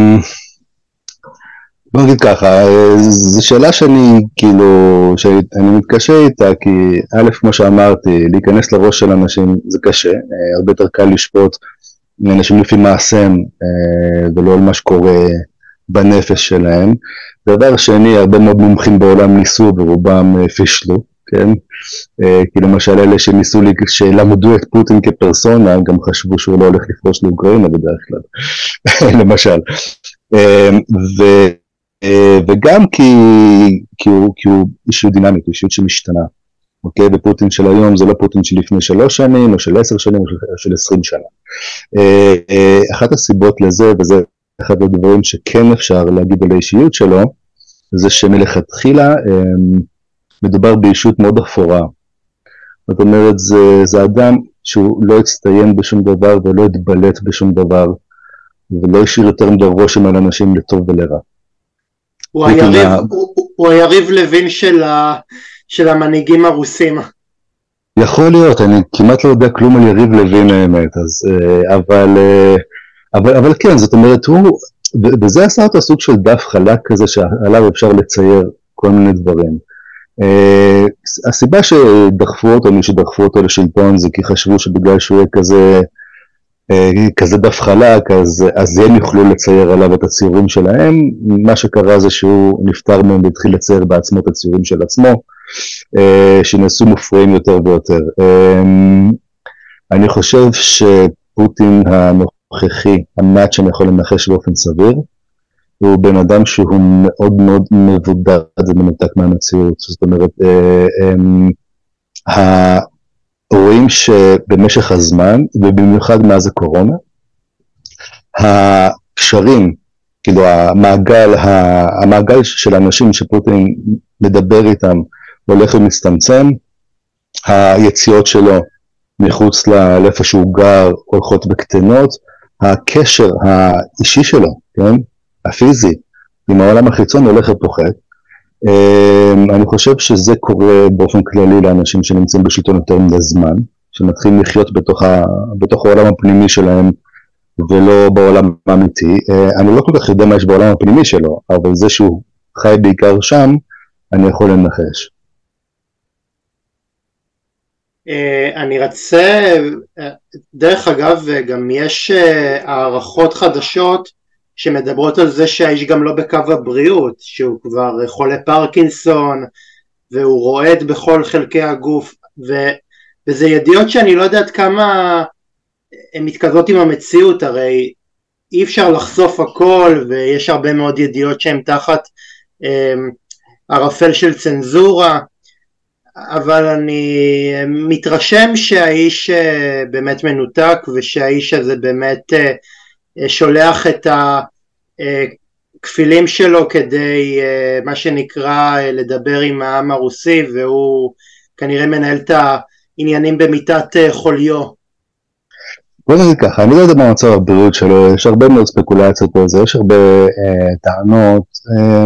בוא נגיד ככה, זו שאלה שאני כאילו, שאני מתקשה איתה, כי א', כמו שאמרתי, להיכנס לראש של אנשים זה קשה, הרבה יותר קל לשפוט אנשים לפי מעשיהם, ולא על מה שקורה בנפש שלהם. דבר שני, הרבה מאוד מומחים בעולם ניסו ורובם פישלו, כן? כי למשל אלה שניסו, שלמדו את פוטין כפרסונה, גם חשבו שהוא לא הולך לפרוש לאוקראינה בדרך כלל, למשל. ו... וגם כי, כי, הוא, כי הוא אישיות דינמית, אישיות שמשתנה, אוקיי? ופוטין של היום זה לא פוטין של לפני שלוש שנים, או של עשר שנים, או של עשרים שנה. אחת הסיבות לזה, וזה אחד הדברים שכן אפשר להגיד על האישיות שלו, זה שמלכתחילה מדובר באישיות מאוד אפורה. זאת אומרת, זה, זה אדם שהוא לא הצטיין בשום דבר, ולא התבלט בשום דבר, ולא השאיר יותר מדי רושם על אנשים לטוב ולרע. הוא היריב, הוא, הוא היריב לוין של, ה, של המנהיגים הרוסים. יכול להיות, אני כמעט לא יודע כלום על יריב לוין האמת, אז, אבל, אבל, אבל כן, זאת אומרת, הוא, וזה עשה אותו סוג של דף חלק כזה שעליו אפשר לצייר כל מיני דברים. הסיבה שדחפו אותו, מי שדחפו אותו לשלטון, זה כי חשבו שבגלל שהוא יהיה כזה, כזה דף חלק, אז, אז הם יוכלו לצייר עליו את הציורים שלהם. מה שקרה זה שהוא נפטר מהם והתחיל לצייר בעצמו את הציורים של עצמו, שנעשו מופרעים יותר ויותר. אני חושב שפוטין הנוכחי, המעט שאני יכול לנחש באופן סביר, הוא בן אדם שהוא מאוד מאוד מבודד ומנותק מהמציאות. זאת אומרת, רואים שבמשך הזמן, ובמיוחד מאז הקורונה, הקשרים, כאילו המעגל, המעגל של האנשים שפוטין מדבר איתם, הולך ומצטמצם, היציאות שלו מחוץ לאיפה שהוא גר, הולכות בקטנות, הקשר האישי שלו, כן, הפיזי, עם העולם החיצון הולך ופוחת. אני חושב שזה קורה באופן כללי לאנשים שנמצאים בשלטון יותר מדי זמן, שמתחילים לחיות בתוך, ה, בתוך העולם הפנימי שלהם, ולא בעולם האמיתי. אני לא כל כך יודע מה יש בעולם הפנימי שלו, אבל זה שהוא חי בעיקר שם, אני יכול לנחש. אני רוצה, דרך אגב, גם יש הערכות חדשות שמדברות על זה שהאיש גם לא בקו הבריאות, שהוא כבר חולה פרקינסון, והוא רועד בכל חלקי הגוף, ו, וזה ידיעות שאני לא יודעת כמה הן מתכתבות עם המציאות, הרי אי אפשר לחשוף הכל, ויש הרבה מאוד ידיעות שהן תחת um, ערפל של צנזורה, אבל אני מתרשם שהאיש באמת מנותק, ושהאיש הזה באמת שולח את הכפילים שלו כדי מה שנקרא לדבר עם העם הרוסי, והוא כנראה מנהל את העניינים במיטת חוליו. בוא נגיד ככה, אני לא יודע מה מצב הבריאות שלו, יש הרבה מאוד ספקולציות על זה, יש הרבה אה, טענות, אה,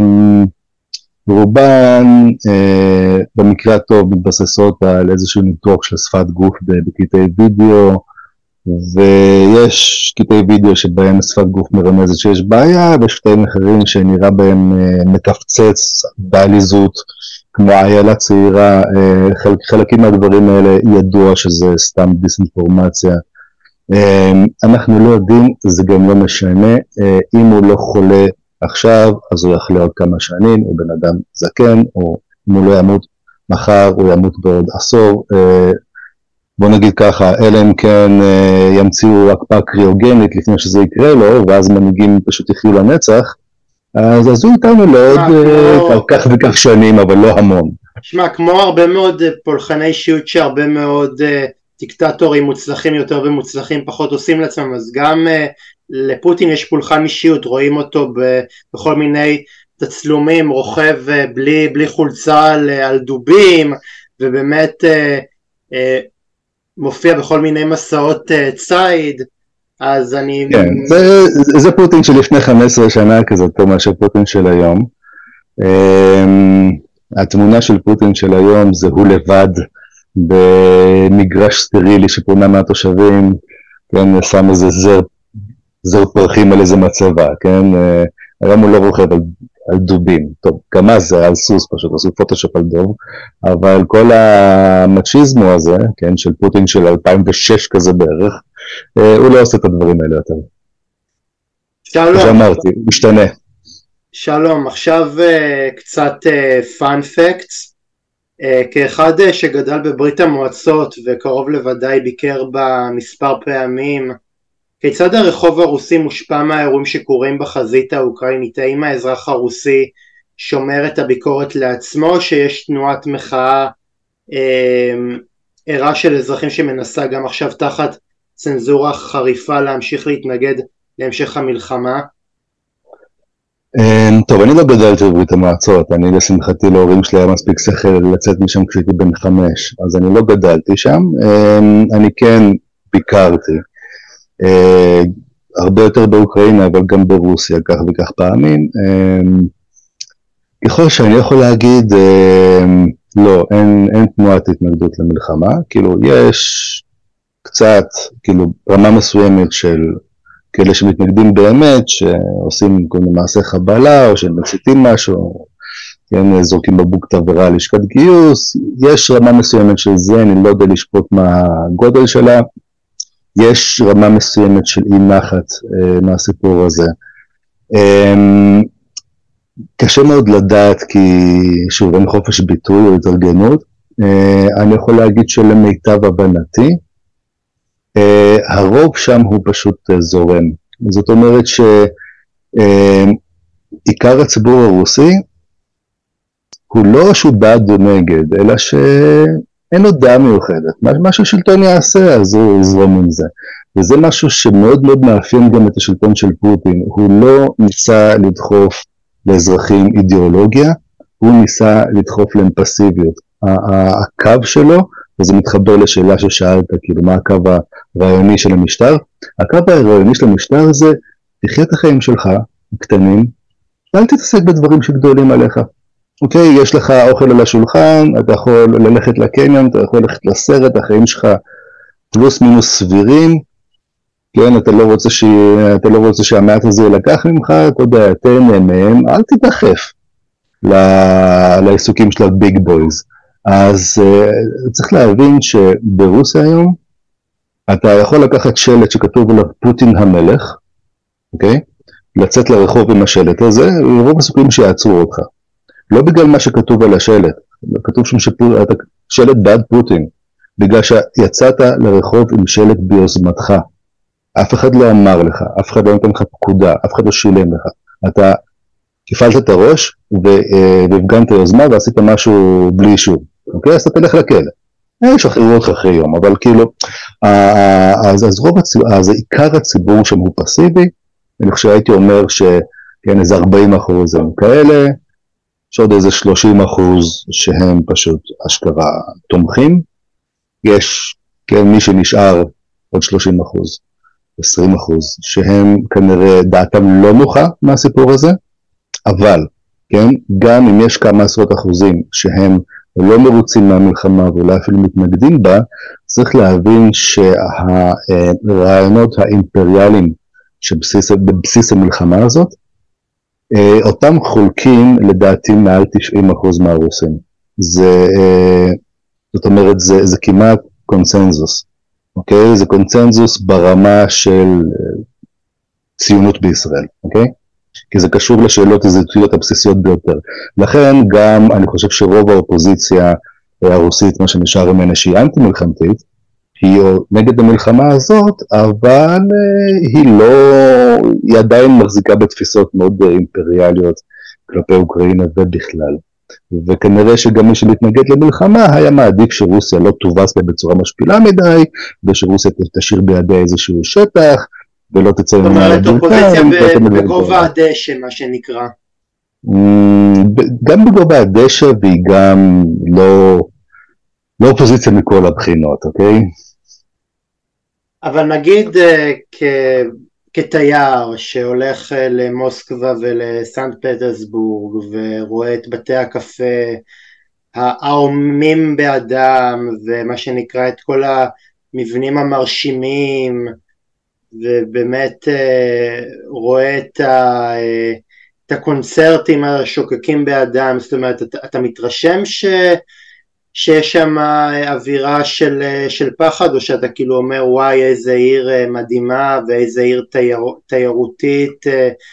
רובן אה, במקרה הטוב מתבססות על איזשהו ניתוח של שפת גוף בקטעי וידאו, ויש קטעי וידאו שבהם שפת גוף מרמזת שיש בעיה, ויש קטעים אחרים שנראה בהם מקפצץ בעליזות, כמו איילה צעירה, חלק, חלקים מהדברים האלה ידוע שזה סתם דיסאינפורמציה. אנחנו לא יודעים, זה גם לא משנה, אם הוא לא חולה עכשיו, אז הוא יחלה עוד כמה שנים, הוא בן אדם זקן, או אם הוא לא ימות מחר, הוא ימות בעוד עשור. בוא נגיד ככה, אלא אם כן ימציאו הקפאה קריוגנית לפני שזה יקרה לו, ואז מנהיגים פשוט יחיו לנצח, אז, אז הוא איתנו לעוד כמו... כך וכך שנים, אבל לא המון. שמע, כמו הרבה מאוד פולחני אישיות שהרבה מאוד דיקטטורים מוצלחים יותר ומוצלחים פחות עושים לעצמם, אז גם לפוטין יש פולחן אישיות, רואים אותו ב, בכל מיני תצלומים, רוכב בלי, בלי חולצה על, על דובים, ובאמת אה, אה, מופיע בכל מיני מסעות אה, צייד, אז אני... כן, זה, זה פוטין של לפני חמש עשרה שנה כזאת, או מאשר פוטין של היום. אה, התמונה של פוטין של היום זה הוא לבד, במגרש סטרילי שפונה מהתושבים, כן, שם איזה זר, זר פרחים על איזה מצבה, כן, היום הוא לא רוכב על, על דובים, טוב, גם אז זה על סוס פשוט, עשו פוטושופ על דוב, אבל כל המצ'יזמו הזה, כן, של פוטין של אלפיים ושש כזה בערך, הוא לא עושה את הדברים האלה יותר. שלום. שאמרתי, משתנה. שלום, עכשיו קצת פאנ פקטס, כאחד שגדל בברית המועצות וקרוב לוודאי ביקר בה מספר פעמים, כיצד הרחוב הרוסי מושפע מהאירועים שקורים בחזית האוקראינית? האם האזרח הרוסי שומר את הביקורת לעצמו, שיש תנועת מחאה אה, ערה של אזרחים שמנסה גם עכשיו תחת צנזורה חריפה להמשיך להתנגד להמשך המלחמה? טוב, אני לא גדלתי בברית המועצות, אני לשמחתי להורים שלי היה מספיק שכל לצאת משם כשהייתי בן חמש, אז אני לא גדלתי שם, אני כן ביקרתי, הרבה יותר באוקראינה, אבל גם ברוסיה, כך וכך פעמים. יכול שאני יכול להגיד, לא, אין, אין תנועת התנגדות למלחמה, כאילו יש קצת, כאילו רמה מסוימת של כאלה שמתנגדים באמת, שעושים כל מיני מעשי חבלה, או שמציתים משהו, כן, זורקים בקבוק תבערה על לשכת גיוס, יש רמה מסוימת של זה, אני לא יודע לשפוט מה הגודל שלה, יש רמה מסוימת של אי נחת אה, מהסיפור הזה. אה, קשה מאוד לדעת כי, שוב, אין חופש ביטוי או התארגנות, אה, אני יכול להגיד שלמיטב הבנתי, אה, הרוב שם הוא פשוט אה, זורם. זאת אומרת שעיקר אה, הציבור הרוסי, הוא לא שהוא בעד או נגד, אלא ש... אין עוד דעה מיוחדת, מה שהשלטון יעשה, אז הוא יזרום עם זה. וזה משהו שמאוד מאוד מאפיין גם את השלטון של פוטין, הוא לא ניסה לדחוף לאזרחים אידיאולוגיה, הוא ניסה לדחוף להם פסיביות. הקו שלו, וזה מתחבר לשאלה ששאלת, כאילו מה הקו הרעיוני של המשטר, הקו הרעיוני של המשטר זה, תחיה את החיים שלך, קטנים, אל תתעסק בדברים שגדולים עליך. אוקיי, יש לך אוכל על השולחן, אתה יכול ללכת לקניון, אתה יכול ללכת לסרט, החיים שלך פלוס מינוס סבירים, כן, אתה לא רוצה, ש... אתה לא רוצה שהמעט הזה ילקח ממך, אתה יודע, תהנה מהם, אל תתדחף ל... לעיסוקים של הביג בויז. אז uh, צריך להבין שברוסיה היום, אתה יכול לקחת שלט שכתוב עליו פוטין המלך, אוקיי? לצאת לרחוב עם השלט הזה, ורוב הסיכויים שיעצרו אותך. לא בגלל מה שכתוב על השלט, כתוב שם שאתה שלט בעד פוטין, בגלל שיצאת לרחוב עם שלט ביוזמתך, אף אחד לא אמר לך, אף אחד לא נתן לך פקודה, אף אחד לא שילם לך, אתה כפלת את הראש והפגנת יוזמה ועשית משהו בלי אישור, אוקיי? אז אתה תלך לכלא, ישחררו אותך אחרי יום, אבל כאילו, אז, אז רוב הציבור, אז עיקר הציבור שם הוא פסיבי, אני חושב שהייתי אומר שכן איזה ארבעים אחוז הם כאלה, יש עוד איזה שלושים אחוז שהם פשוט אשכרה תומכים, יש, כן, מי שנשאר עוד שלושים אחוז, עשרים אחוז, שהם כנראה דעתם לא נוחה מהסיפור הזה, אבל, כן, גם אם יש כמה עשרות אחוזים שהם לא מרוצים מהמלחמה ואולי אפילו מתנגדים בה, צריך להבין שהרעיונות האימפריאליים שבבסיס המלחמה הזאת, אותם חולקים לדעתי מעל תשעים אחוז מהרוסים. זה, זאת אומרת, זה, זה כמעט קונצנזוס, אוקיי? זה קונצנזוס ברמה של ציונות בישראל, אוקיי? כי זה קשור לשאלות הזהותיות הבסיסיות ביותר. לכן גם אני חושב שרוב האופוזיציה הרוסית, מה שנשאר ממנה שהיא אנטי מלחמתית, היא נגד המלחמה הזאת, אבל היא לא, היא עדיין מחזיקה בתפיסות מאוד אימפריאליות כלפי אוקראינה ובכלל. וכנראה שגם מי שמתנגד למלחמה היה מעדיף שרוסיה לא תובס בה בצורה משפילה מדי, ושרוסיה תשאיר בידיה איזשהו שטח, ולא תצא ממנה דולקן. זאת אומרת, אופוזיציה בגובה הדשא, מה שנקרא. גם בגובה הדשא, והיא גם לא, לא אופוזיציה מכל הבחינות, אוקיי? אבל נגיד כ... כתייר שהולך למוסקבה ולסנט פטרסבורג ורואה את בתי הקפה העומים באדם ומה שנקרא את כל המבנים המרשימים, ובאמת רואה את, ה, את הקונצרטים השוקקים באדם, זאת אומרת, אתה, אתה מתרשם ש, שיש שם אווירה של, של פחד, או שאתה כאילו אומר וואי איזה עיר מדהימה ואיזה עיר תייר, תיירותית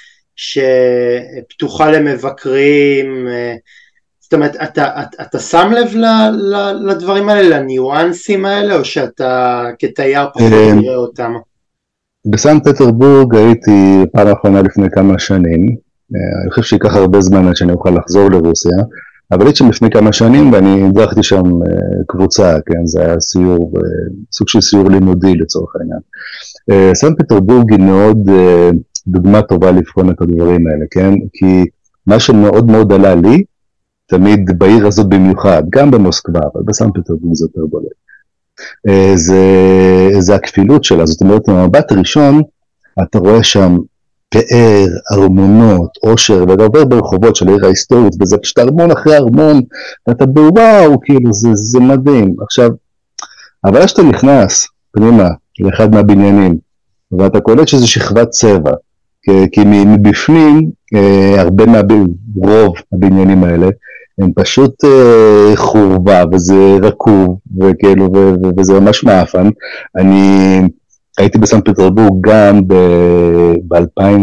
שפתוחה למבקרים, זאת אומרת, אתה, אתה, אתה שם לב ל, ל, לדברים האלה, לניואנסים האלה, או שאתה כתייר פחות נראה אותם? בסנט פטרסבורג הייתי פעם האחרונה לפני כמה שנים, אני חושב שיקח הרבה זמן עד שאני אוכל לחזור לרוסיה, אבל הייתי שם לפני כמה שנים ואני הדרכתי שם קבוצה, כן, זה היה סיור, סוג של סיור לימודי לצורך העניין. סנט פטרסבורג היא מאוד דוגמה טובה לבחון את הדברים האלה, כן, כי מה שמאוד מאוד עלה לי, תמיד בעיר הזאת במיוחד, גם במוסקבה, אבל בסנט פטרסבורג זה יותר בולט. זה, זה הכפילות שלה, זאת אומרת, במבט הראשון, אתה רואה שם פאר, ארמונות, עושר, ואתה עובר ברחובות של העיר ההיסטורית, וזה פשוט ארמון אחרי ארמון, ואתה בוואו, כאילו, זה, זה מדהים. עכשיו, אבל כשאתה נכנס פנימה לאחד מהבניינים, ואתה קולט שזה שכבת צבע, כי, כי מבפנים, הרבה מהרוב הבניינים האלה, הם פשוט uh, חורבה, וזה רקוב, וכאילו, ו- ו- וזה ממש מאפן. אני הייתי בסנט פטרסבורג גם ב-אלפיים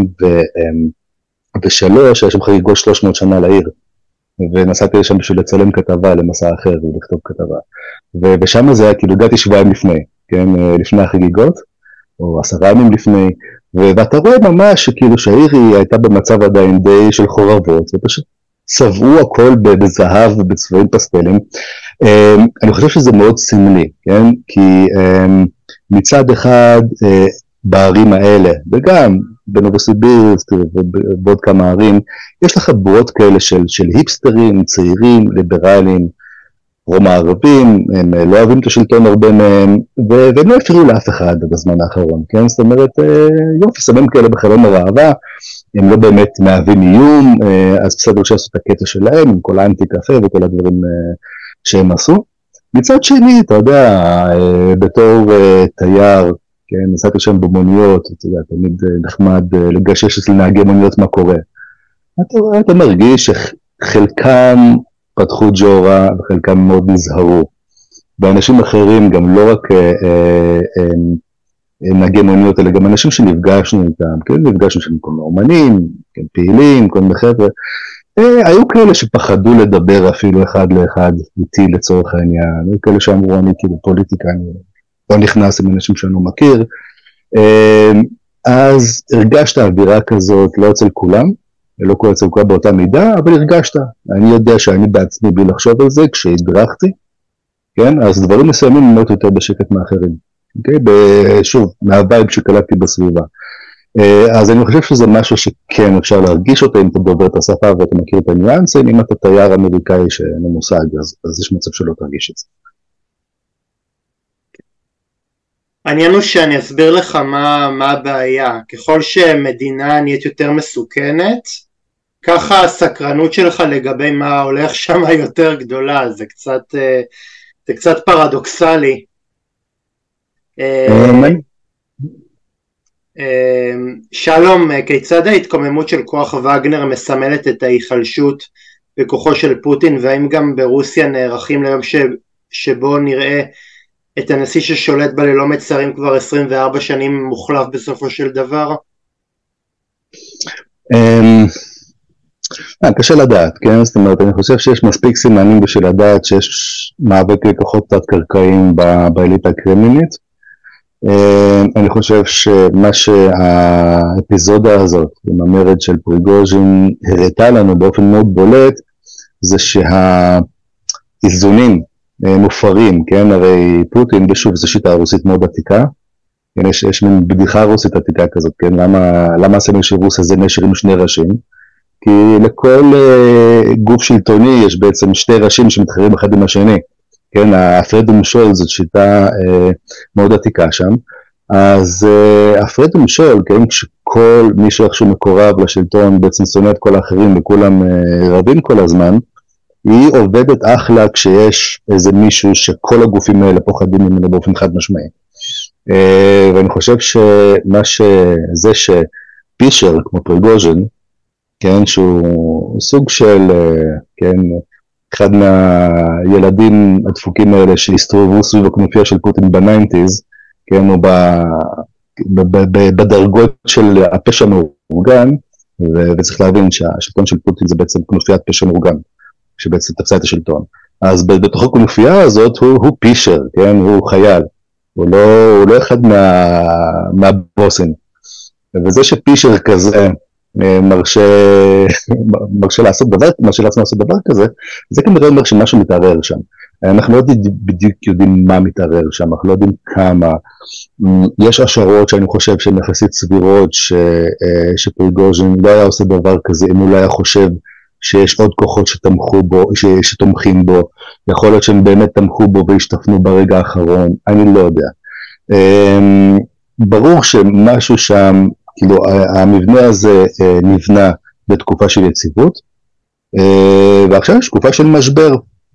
ושלוש, היה שם חגיגות שלוש מאות שנה לעיר, ונסעתי לשם בשביל לצלם כתבה למסע אחר, ולכתוב כתבה. ו- ושם זה היה, כאילו, הגעתי שבועיים לפני, כן, לפני החגיגות, או עשרה ימים לפני, ו- ואתה רואה ממש שכאילו שהעיר היא הייתה במצב עדיין די של חורבות, זה פשוט, צבעו הכל בזהב ובצבעים פסטלים. אני חושב שזה מאוד סמלי, כן? כי מצד אחד בערים האלה, וגם בנובוסיבירסק ובעוד כמה ערים, יש לך בועות כאלה של, של היפסטרים, צעירים, ליברליים, רום הערבים, הם לא אוהבים את השלטון הרבה מהם, והם לא הפריעו לאף אחד בזמן האחרון, כן? זאת אומרת, יופי, שמים כאלה בחלום הראווה, הם לא באמת מהווים איום, אז בסדר שעשו את הקטע שלהם, עם כל האנטי קפה וכל הדברים שהם עשו. מצד שני, אתה יודע, בתור תייר, כן, נסעתי שם במוניות, אתה יודע, תמיד נחמד לגשש אצל נהגי מוניות מה קורה. אתה, אתה מרגיש שחלקם פתחו ג'ורה וחלקם מאוד נזהרו. ואנשים אחרים גם לא רק אה, אה, נהגי מוניות, אלא גם אנשים שנפגשנו איתם, כן, נפגשנו שם כל מיני אומנים, כן, פעילים, כל מיני חבר'ה, אה, היו כאלה שפחדו לדבר אפילו אחד לאחד איתי לצורך העניין, היו כאלה שאמרו אני כאילו פוליטיקה, אני לא נכנס עם אנשים שאני לא מכיר, אה, אז הרגשת אווירה כזאת, לא אצל כולם, לא כל אצל כולם באותה מידה, אבל הרגשת, אני יודע שאני בעצמי בלי לחשוב על זה, כשהדרכתי, כן, אז דברים מסוימים מאוד יותר בשקט מאחרים. Okay, שוב, מהווייב שקלטתי בסביבה. אז אני חושב שזה משהו שכן אפשר להרגיש אותו, אם אתה דובר את השפה ואתה מכיר את הניואנסים, אם אתה תייר אמריקאי שאין לו מושג, אז, אז יש מצב שלא תרגיש את זה. העניין הוא שאני אסביר לך מה, מה הבעיה. ככל שמדינה נהיית יותר מסוכנת, ככה הסקרנות שלך לגבי מה הולך שם יותר גדולה, זה קצת, זה קצת פרדוקסלי. שלום, כיצד ההתקוממות של כוח וגנר מסמלת את ההיחלשות בכוחו של פוטין, והאם גם ברוסיה נערכים ליום ש... שבו נראה את הנשיא ששולט בה ללא מצרים כבר עשרים וארבע שנים מוחלף בסופו של דבר? קשה לדעת, כן? זאת אומרת, אני חושב שיש מספיק סימנים בשביל לדעת שיש מאבק לכוחות תת-קרקעיים באליטה הקרמלינית. אני חושב שמה שהאפיזודה הזאת, עם המרד של פריגוז'ין, הראתה לנו באופן מאוד בולט, זה שהאיזונים מופרים, כן? הרי פוטין, ושוב, זו שיטה רוסית מאוד עתיקה, כן? יש, יש מין בדיחה רוסית עתיקה כזאת, כן? למה, למה הסמל של רוסיה זה נשר עם שני ראשים? כי לכל uh, גוף שלטוני יש בעצם שתי ראשים שמתחרים אחד עם השני, כן? ההפרד ומשול זאת שיטה uh, מאוד עתיקה שם, אז uh, הפרד ומשול, כן? כשכל מישהו איכשהו מקורב לשלטון בעצם שונא את כל האחרים וכולם uh, רבים כל הזמן, היא עובדת אחלה כשיש איזה מישהו שכל הגופים האלה פוחדים ממנו באופן חד משמעי. Uh, ואני חושב שמה שזה שפישר, כמו פריגוז'ין, כן, שהוא סוג של, כן, אחד מהילדים הדפוקים האלה שהסתובבו סביב הכנופיה של פוטין בניינטיז, כן, או בדרגות של הפשע מאורגן, וצריך להבין שהשלטון של פוטין זה בעצם כנופיית פשע מאורגן, שבעצם תפסה את השלטון. אז בתוך הכנופיה הזאת הוא, הוא פישר, כן, הוא חייל, הוא לא, הוא לא אחד מה, מהבוסים. וזה שפישר כזה, מרשה, מרשה לעשות דבר, מרשה לעצמו לעשות דבר כזה, זה כנראה אומר שמשהו מתערער שם. אנחנו לא בדיוק יודעים מה מתערער שם, אנחנו לא יודעים כמה. יש השערות שאני חושב שהן יחסית סבירות, ש, שפריגוז'ין לא היה עושה דבר כזה, אם הוא לא היה חושב שיש עוד כוחות שתמכו בו, ש, שתומכים בו, יכול להיות שהם באמת תמכו בו והשתפנו ברגע האחרון, אני לא יודע. ברור שמשהו שם, כאילו המבנה הזה נבנה בתקופה של יציבות, ועכשיו יש תקופה של משבר,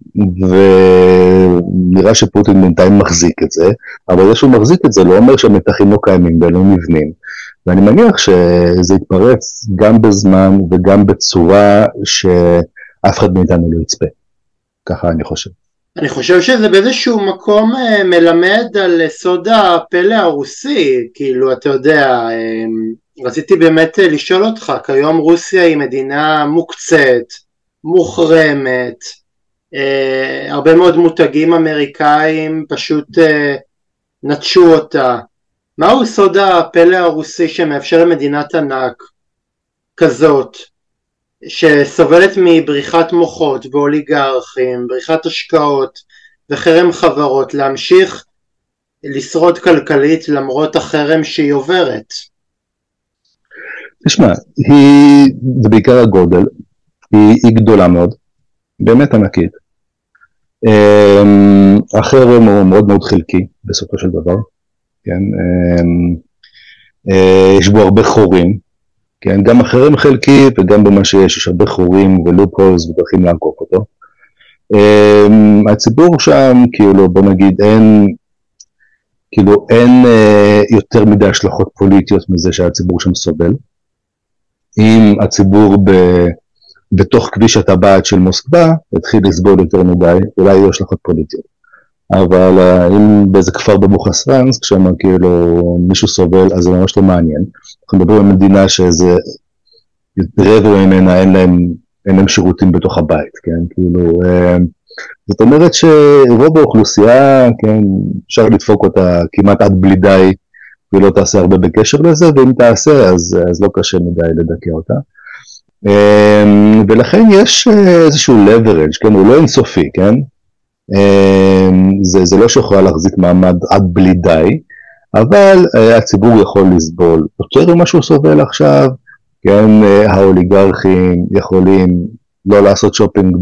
ונראה שפוטין בינתיים מחזיק את זה, אבל זה שהוא מחזיק את זה לא אומר שהמתחים לא קיימים ולא נבנים, ואני מניח שזה יתפרץ גם בזמן וגם בצורה שאף אחד מאיתנו לא יצפה, ככה אני חושב. אני חושב שזה באיזשהו מקום מלמד על סוד הפלא הרוסי, כאילו אתה יודע, רציתי באמת לשאול אותך, כיום רוסיה היא מדינה מוקצת, מוחרמת, הרבה מאוד מותגים אמריקאים פשוט נטשו אותה. מהו סוד הפלא הרוסי שמאפשר למדינת ענק כזאת, שסובלת מבריחת מוחות ואוליגרכים, בריחת השקעות וחרם חברות, להמשיך לשרוד כלכלית למרות החרם שהיא עוברת? תשמע, היא, זה בעיקר הגודל, היא, היא גדולה מאוד, באמת ענקית. החרם הוא מאוד מאוד חלקי בסופו של דבר, כן? יש בו הרבה חורים, כן? גם החרם חלקי וגם במה שיש, יש הרבה חורים ולופולס ודרכים לעקוף אותו. הציבור שם, כאילו, בוא נגיד, אין, כאילו, אין יותר מדי השלכות פוליטיות מזה שהציבור שם סובל. אם הציבור ב, בתוך כביש הטבעת של מוסקבה, התחיל לסבול יותר מדי, אולי יהיו השלכות פוליטיות. אבל אם באיזה כפר במוחסרנס, כשאומר כאילו מישהו סובל, אז זה ממש לא מעניין. אנחנו מדברים על מדינה שאיזה רבע ממנה אין להם, אין להם שירותים בתוך הבית, כן? כאילו, זאת אומרת שרוב האוכלוסייה, כן, אפשר לדפוק אותה כמעט עד בלי די, ולא תעשה הרבה בקשר לזה, ואם תעשה, אז, אז לא קשה מדי לדכא אותה. ולכן יש איזשהו leverage, כן? הוא לא אינסופי, כן? זה, זה לא שיכולה להחזיק מעמד עד בלי די, אבל הציבור יכול לסבול יותר ממה שהוא סובל עכשיו, כן, האוליגרכים יכולים לא לעשות שופינג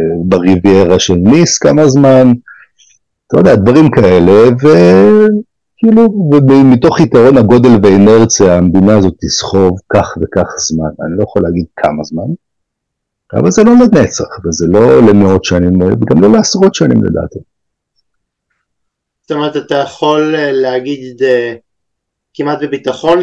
בריביירה של ניס כמה זמן, אתה יודע, דברים כאלה, כאילו, ומתוך יתרון הגודל ואינרציה, המדינה הזאת תסחוב כך וכך זמן. אני לא יכול להגיד כמה זמן, אבל זה לא לנצח, וזה לא למאות שנים, וגם לא לעשרות שנים לדעתי. זאת אומרת, אתה יכול להגיד כמעט בביטחון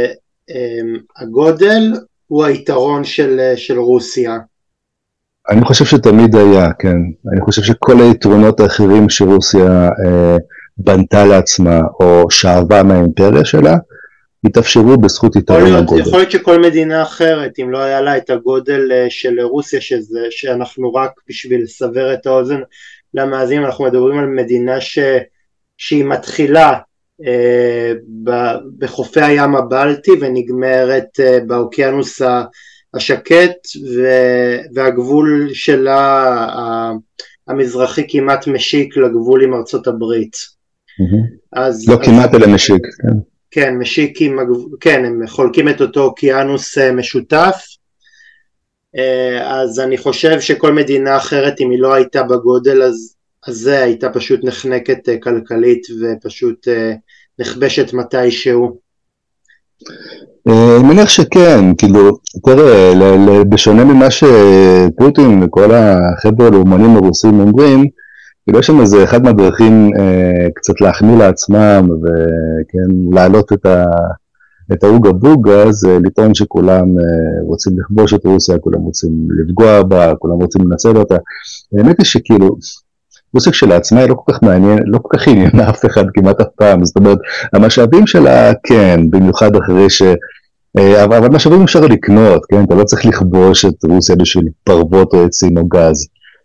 שהגודל הוא היתרון של, של רוסיה. אני חושב שתמיד היה, כן. אני חושב שכל היתרונות האחרים שרוסיה אה, בנתה לעצמה, או שאבה מהאימפריה שלה, התאפשרו בזכות יתרון הגודל. יכול להיות שכל מדינה אחרת, אם לא היה לה את הגודל של רוסיה, שזה, שאנחנו רק בשביל לסבר את האוזן למאזינים, אנחנו מדברים על מדינה ש, שהיא מתחילה אה, ב, בחופי הים הבלטי, ונגמרת אה, באוקיינוס השקט, ו, והגבול שלה המזרחי כמעט משיק לגבול עם ארצות הברית. Mm-hmm. אז, לא אז, כמעט אלא משיק, כן. כן, משיקים, כן, הם חולקים את אותו אוקיינוס משותף, אז אני חושב שכל מדינה אחרת, אם היא לא הייתה בגודל, אז, אז זה הייתה פשוט נחנקת כלכלית, ופשוט נכבשת מתישהו. אני מניח שכן, כאילו, תראה, בשונה ממה שפוטין וכל החבר'ה הלאומנים הרוסים אומרים, כאילו יש שם איזה אחד מהדרכים אה, קצת להחמיא לעצמם וכן, להעלות את, ה, את האוגה בוגה, זה לטעון שכולם אה, רוצים לכבוש את רוסיה, כולם רוצים לפגוע בה, כולם רוצים לנצל אותה. האמת היא שכאילו, רוסיה כשלעצמה היא לא כל כך מעניין, לא כל כך עניין אף אחד כמעט אף פעם, זאת אומרת, המשאבים שלה כן, במיוחד אחרי ש... אה, אבל המשאבים אפשר לקנות, כן, אתה לא צריך לכבוש את רוסיה בשביל פרוות או עצים או גז.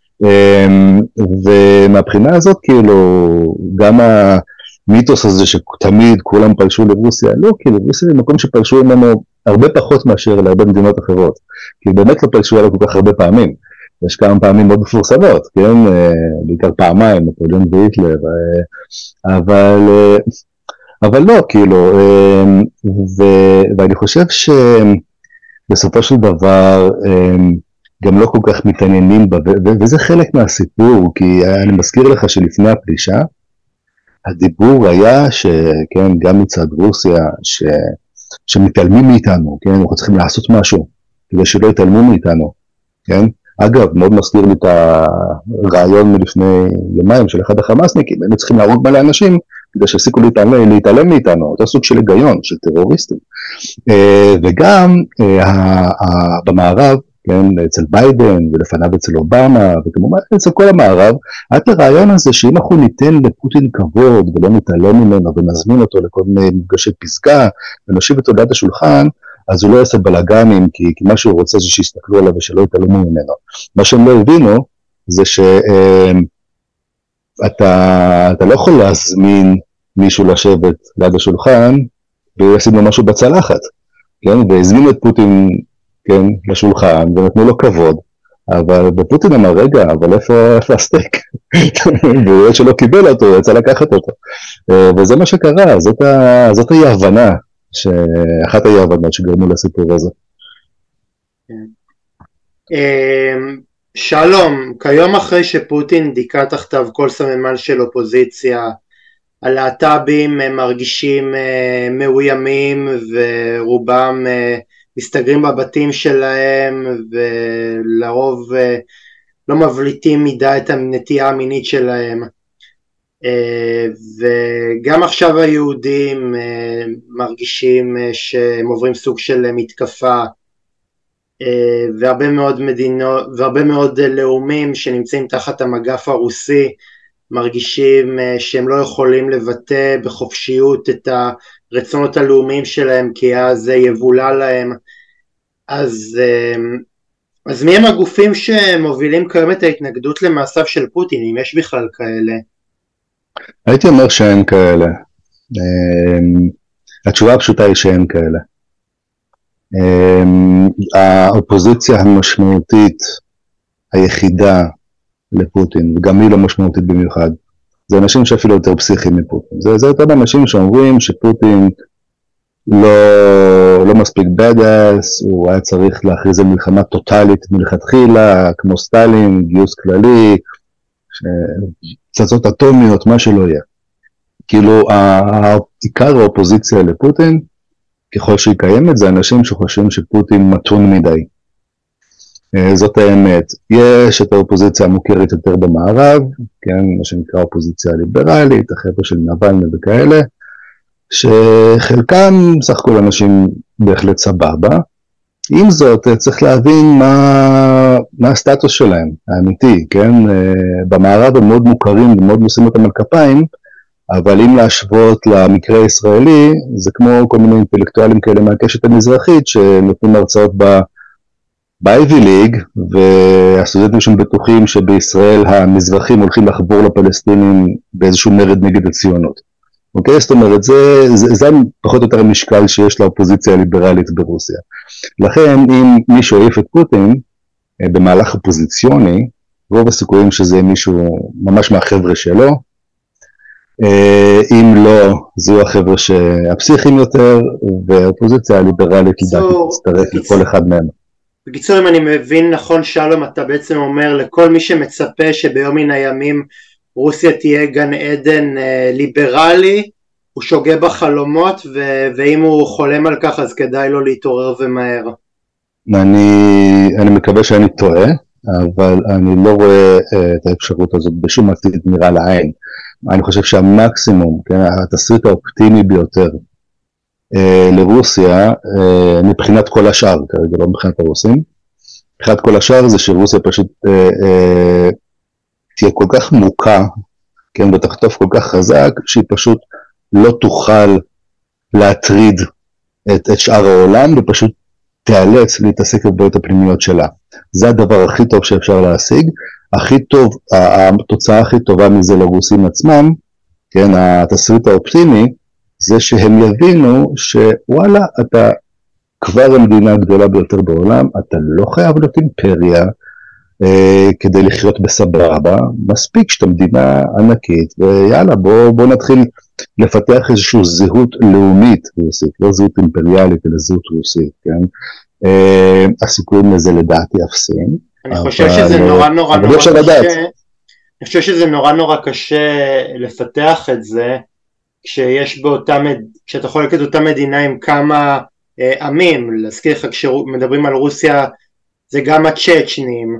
ומהבחינה הזאת כאילו גם המיתוס הזה שתמיד כולם פלשו לרוסיה, לא, כאילו רוסיה זה מקום שפלשו ממנו הרבה פחות מאשר להרבה מדינות אחרות, כי באמת לא פלשו עליו כל כך הרבה פעמים, יש כמה פעמים מאוד מפורסמות, כן, בעיקר פעמיים, נפוליאון והיטלר, אבל, אבל לא, כאילו, ו, ואני חושב שבסופו של דבר, גם לא כל כך מתעניינים בה, וזה חלק מהסיפור, כי אני מזכיר לך שלפני הפלישה, הדיבור היה שכן, גם מצד רוסיה, ש, שמתעלמים מאיתנו, כן, אנחנו צריכים לעשות משהו, כדי שלא יתעלמו מאיתנו, כן, אגב, מאוד מזכיר לי את הרעיון מלפני יומיים של אחד החמאסניקים, הם צריכים להרוג מלא אנשים, כדי שיפסיקו להתעלם, להתעלם מאיתנו, אותו סוג של היגיון, של טרוריסטים, וגם במערב, כן, אצל ביידן ולפניו אצל אובמה וכמובן אצל כל המערב, עד לרעיון הזה שאם אנחנו ניתן לפוטין כבוד ולא נתעלם ממנו ונזמין אותו לכל מיני מפגשי פסגה ונושיב אותו ליד השולחן, אז הוא לא יעשה בלגנים, כי, כי מה שהוא רוצה זה שיסתכלו עליו ושלא יתעלמו ממנו. מה שהם לא הבינו זה שאתה אתה לא יכול להזמין מישהו לשבת ליד השולחן וישים לו משהו בצלחת, כן, והזמינו את פוטין כן, לשולחן, ונתנו לו כבוד, אבל בפוטין אמר, רגע, אבל איפה, איפה הסטייק? והוא שלא קיבל אותו, הוא יצא לקחת אותו. וזה מה שקרה, זאת, ה, זאת ההבנה, אחת ההבנות שגרמו לסיפור הזה. שלום, כיום אחרי שפוטין דיכא תחתיו כל סממן של אופוזיציה, הלהט"בים מרגישים מאוימים ורובם מסתגרים בבתים שלהם ולרוב לא מבליטים מידה את הנטייה המינית שלהם, וגם עכשיו היהודים מרגישים שהם עוברים סוג של מתקפה, והרבה מאוד מדינות והרבה מאוד לאומים שנמצאים תחת המגף הרוסי מרגישים שהם לא יכולים לבטא בחופשיות את הרצונות הלאומיים שלהם, כי אז יבולה להם. אז, אז מי הם הגופים שמובילים כיום את ההתנגדות למעשיו של פוטין, אם יש בכלל כאלה? הייתי אומר שאין כאלה. התשובה הפשוטה היא שאין כאלה. האופוזיציה המשמעותית היחידה לפוטין, וגם היא לא משמעותית במיוחד, זה אנשים שאפילו יותר פסיכיים מפוטין. זה, זה אותם אנשים שאומרים שפוטין לא, לא מספיק בדאס, הוא היה צריך להכריז על מלחמה טוטלית מלכתחילה, כמו סטלין, גיוס כללי, פצצות אטומיות, מה שלא יהיה. כאילו העיקר האופוזיציה לפוטין, ככל שהיא קיימת, זה אנשים שחושבים שפוטין מתון מדי. זאת האמת. יש את האופוזיציה המוכרת יותר במערב, כן, מה שנקרא אופוזיציה ליברלית, החבר'ה של נבלני וכאלה, שחלקם סך הכל אנשים בהחלט סבבה. עם זאת, צריך להבין מה, מה הסטטוס שלהם, האמיתי, כן? במערב הם מאוד מוכרים ומאוד נושאים אותם על כפיים, אבל אם להשוות למקרה הישראלי, זה כמו כל מיני אינטלקטואלים כאלה מהקשת המזרחית, שנותנים הרצאות ב-איי וי ליג, והסטודנטים שם בטוחים שבישראל המזרחים הולכים לחבור לפלסטינים באיזשהו מרד נגד הציונות. אוקיי? זאת אומרת, זה, זה, זה פחות או יותר המשקל שיש לאופוזיציה הליברלית ברוסיה. לכן, אם מישהו העיף את פוטין, במהלך אופוזיציוני, רוב הסיכויים שזה מישהו ממש מהחבר'ה שלו, אם לא, זו החבר'ה שהפסיכים יותר, והאופוזיציה הליברלית לדעתי תצטרף לכל אחד מהם. בקיצור, אם אני מבין נכון, שלום, אתה בעצם אומר לכל מי שמצפה שביום מן הימים רוסיה תהיה גן עדן אה, ליברלי, הוא שוגה בחלומות, ו- ואם הוא חולם על כך אז כדאי לו להתעורר ומהר. אני, אני מקווה שאני טועה, אבל אני לא רואה אה, את האפשרות הזאת בשום עתיד נראה לעין. אני חושב שהמקסימום, כן, התסריט האופטימי ביותר אה, לרוסיה, אה, מבחינת כל השאר, כרגע לא מבחינת הרוסים, מבחינת כל השאר זה שרוסיה פשוט אה, אה, תהיה כל כך מוכה, כן, ותחטוף כל כך חזק, שהיא פשוט לא תוכל להטריד את, את שאר העולם, ופשוט תיאלץ להתעסק בבעיות הפנימיות שלה. זה הדבר הכי טוב שאפשר להשיג, הכי טוב, התוצאה הכי טובה מזה לרוסים עצמם, כן, התסריט האופטימי, זה שהם יבינו שוואלה, אתה כבר המדינה הגדולה ביותר בעולם, אתה לא חייב להיות אימפריה, אה, כדי לחיות בסבבה, מספיק שאתה מדינה ענקית, ויאללה, בוא, בוא נתחיל לפתח איזושהי זהות לאומית רוסית, לא זהות אימפריאלית, אלא זהות רוסית, כן? אה, הסיכויים לזה לדעתי אפסים. אני חושב שזה נורא נורא נורא קשה, אני חושב שזה נורא נורא קשה לפתח את זה, כשיש באותה, כשאתה חולק את אותה מדינה עם כמה אה, עמים, להזכיר לך, כשמדברים על רוסיה, זה גם הצ'צ'נים,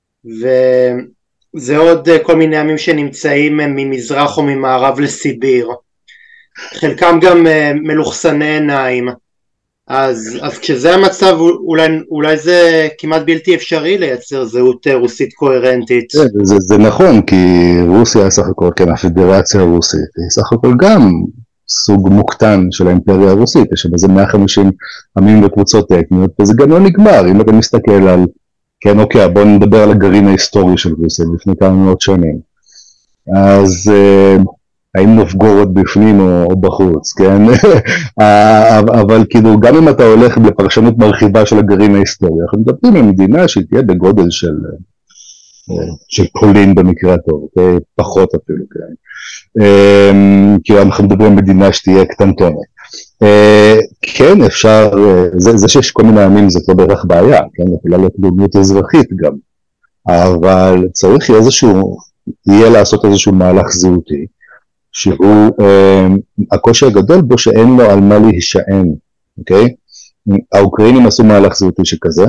וזה עוד כל מיני עמים שנמצאים ממזרח או ממערב לסיביר, חלקם גם מלוכסני עיניים, אז, אז כשזה המצב אולי, אולי זה כמעט בלתי אפשרי לייצר זהות רוסית קוהרנטית. זה, זה, זה נכון, כי רוסיה סך הכל, כן, הפדרציה הרוסית, היא סך הכל גם סוג מוקטן של האימפריה הרוסית, יש שם איזה מאה וחמישים עמים וקבוצות אתניות, וזה גם לא נגמר, אם אתה מסתכל על, כן, אוקיי, בואו נדבר על הגרעין ההיסטורי של רוסיה, לפני כמה מאות שנים. אז אה, האם נובגורוד בפנים או, או בחוץ, כן? אבל כאילו, גם אם אתה הולך בפרשנות מרחיבה של הגרעין ההיסטורי, אנחנו מדברים על מדינה שהיא תהיה בגודל של, של פולין במקרה הטוב, אוקיי? פחות אפילו, כן? כי אנחנו מדברים על מדינה שתהיה קטנטונת. כן, אפשר, זה, זה שיש כל מיני עמים זאת לא בערך בעיה, כן? יכולה להיות לאומיות אזרחית גם, אבל צריך איזשהו, יהיה לעשות איזשהו מהלך זהותי, שהוא, הקושי הגדול בו שאין לו על מה להישען, אוקיי? האוקראינים עשו מהלך זהותי שכזה,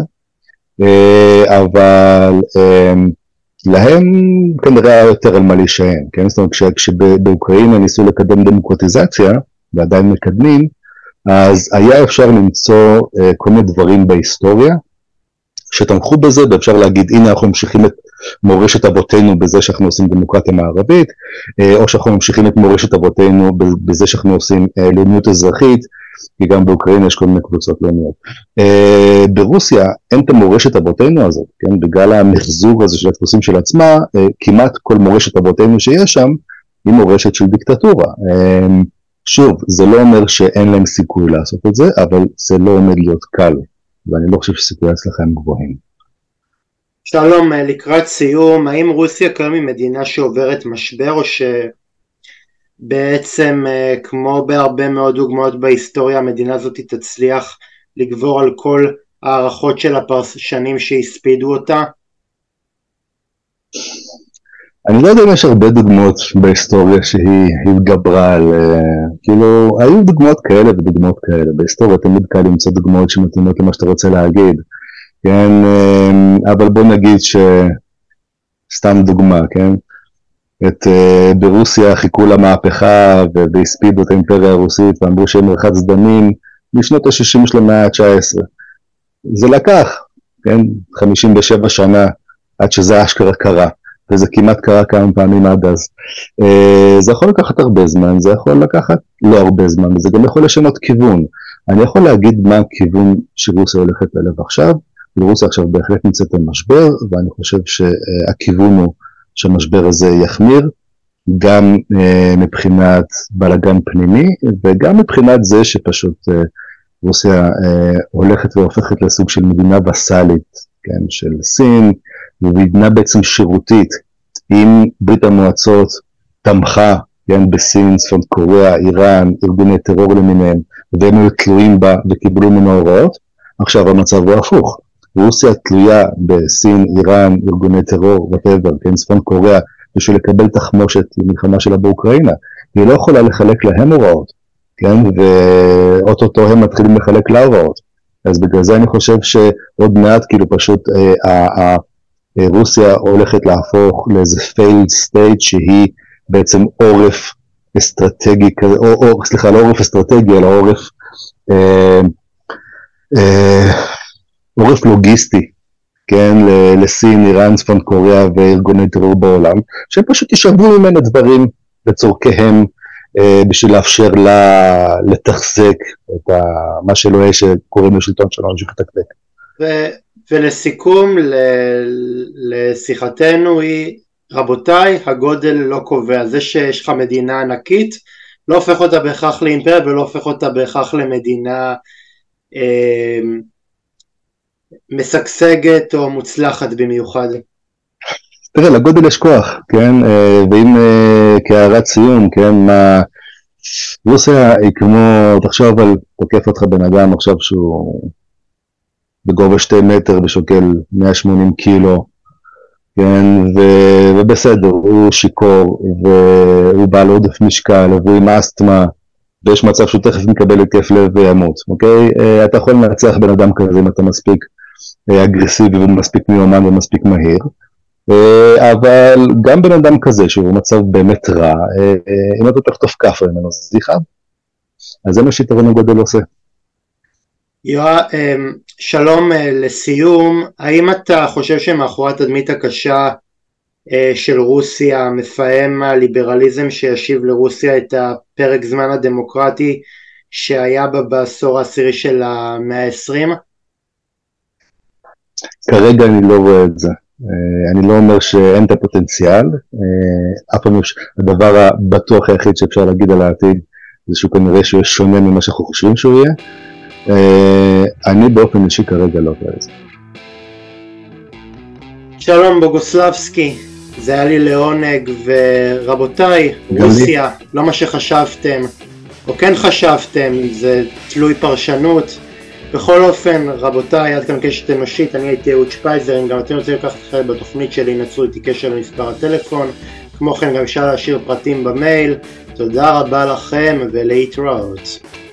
אבל להם כנראה היה יותר על מה להישען, כן? זאת אומרת, כשבאוקראינה ניסו לקדם דמוקרטיזציה, ועדיין מקדמים, אז היה אפשר למצוא כל מיני דברים בהיסטוריה, שתמכו בזה, ואפשר להגיד, הנה אנחנו ממשיכים את מורשת אבותינו בזה שאנחנו עושים דמוקרטיה מערבית, או שאנחנו ממשיכים את מורשת אבותינו בזה שאנחנו עושים לאומיות אזרחית, כי גם באוקראינה יש כל מיני קבוצות לאומיות. ברוסיה אין את המורשת אבותינו הזאת, כן? בגלל המחזור הזה של הדפוסים של עצמה, כמעט כל מורשת אבותינו שיש שם, היא מורשת של דיקטטורה. שוב, זה לא אומר שאין להם סיכוי לעשות את זה, אבל זה לא עומד להיות קל, ואני לא חושב שסיכוי אצלכם גבוהים. שלום, לקראת סיום, האם רוסיה כיום היא מדינה שעוברת משבר, או שבעצם כמו בהרבה מאוד דוגמאות בהיסטוריה, המדינה הזאת תצליח לגבור על כל הערכות של הפרשנים שהספידו אותה? אני לא יודע אם יש הרבה דוגמאות בהיסטוריה שהיא התגברה על, כאילו, היו דוגמאות כאלה ודוגמאות כאלה, בהיסטוריה תמיד קל למצוא דוגמאות שמתאימות למה שאתה רוצה להגיד, כן, אבל בוא נגיד שסתם דוגמה, כן, את, ברוסיה חיכו למהפכה והספידו את האימפריה הרוסית ואמרו שהם מרחץ דמים משנות ה-שישים של המאה ה-תשע עשרה, זה לקח, כן, חמישים ושבע שנה עד שזה אשכרה קרה, וזה כמעט קרה כמה פעמים עד אז. זה יכול לקחת הרבה זמן, זה יכול לקחת לא הרבה זמן, וזה גם יכול לשנות כיוון. אני יכול להגיד מה הכיוון שרוסיה הולכת אליו עכשיו, ורוסיה עכשיו בהחלט נמצאת במשבר, ואני חושב שהכיוון הוא שהמשבר הזה יחמיר, גם מבחינת בלגן פנימי, וגם מבחינת זה שפשוט רוסיה הולכת והופכת לסוג של מדינה וסלית, כן, של סין, ומדינה בעצם שירותית, אם ברית המועצות תמכה, כן, בסין, צפון קוריאה, איראן, ארגוני טרור למיניהם, והם היו תלויים בה וקיבלו ממנו הוראות, עכשיו המצב הוא הפוך, רוסיה תלויה בסין, איראן, ארגוני טרור, וטבר, כן, צפון קוריאה, בשביל לקבל תחמושת למלחמה שלה באוקראינה, היא לא יכולה לחלק להם הוראות, כן, ואוטוטו הם מתחילים לחלק לה הוראות, אז בגלל זה אני חושב שעוד מעט כאילו פשוט אה, אה, רוסיה הולכת להפוך לאיזה failed state שהיא בעצם עורף אסטרטגי, או, או, סליחה, לא עורף אסטרטגי, אלא עורף, אה, אה, עורף לוגיסטי, כן, לסין, איראן, צפון קוריאה וארגוני טרור בעולם, שהם פשוט ישאבו ממנה דברים לצורכיהם, אה, בשביל לאפשר לה לתחזק את ה, מה שלא יהיה שקוראים לשלטון שלנו להמשיך לתקתק. ו- ולסיכום, ל- לשיחתנו היא, רבותיי, הגודל לא קובע, זה שיש לך מדינה ענקית, לא הופך אותה בהכרח לאימפריה, ולא הופך אותה בהכרח למדינה אה, משגשגת או מוצלחת במיוחד. תראה, לגודל יש כוח, כן, ואם כהערת סיום, כן, מה, רוסיה היא כמו, תחשוב על תוקף אותך בן אדם עכשיו שהוא בגובה שתי מטר ושוקל מאה ושמונים קילו, כן, ו, ובסדר, הוא שיקור, והוא בעל עודף משקל, והוא עם אסתמה, ויש מצב שהוא תכף מקבל התקף לב וימות, אוקיי? אתה יכול לנצח בן אדם כזה אם אתה מספיק אגרסיבי ומספיק מיומן ומספיק מהיר, אבל גם בן אדם כזה שהוא במצב באמת רע, אם אתה תחטוף כף ממנו, זה יכאב. אז זה מה שיתרון הגודל עושה. יואב, שלום, לסיום, האם אתה חושב שמאחורי התדמית הקשה של רוסיה מפעם הליברליזם שישיב לרוסיה את הפרק זמן הדמוקרטי שהיה בה בעשור העשירי של המאה ה-עשרים? כרגע אני לא רואה את זה. אני לא אומר שאין את הפוטנציאל, אף פעם הדבר הבטוח היחיד שאפשר להגיד על העתיד זה שהוא כנראה שהוא שונה ממה שאנחנו חושבים שהוא יהיה. אני באופן אישי כרגע לא רואה את זה. שלום בוגוסלבסקי, זה היה לי לעונג, ורבותיי, רוסיה, לא מה שחשבתם, או כן חשבתם, זה תלוי פרשנות. בכל אופן, רבותיי, עד כאן קשת אנושית, אני הייתי אהוד שפייזר, אם גם אתם רוצים לקחת חלק בתוכנית שלי, נצרו איתי קשר למספר הטלפון, כמו כן גם אפשר להשאיר פרטים במייל. תודה רבה לכם ולהתראות.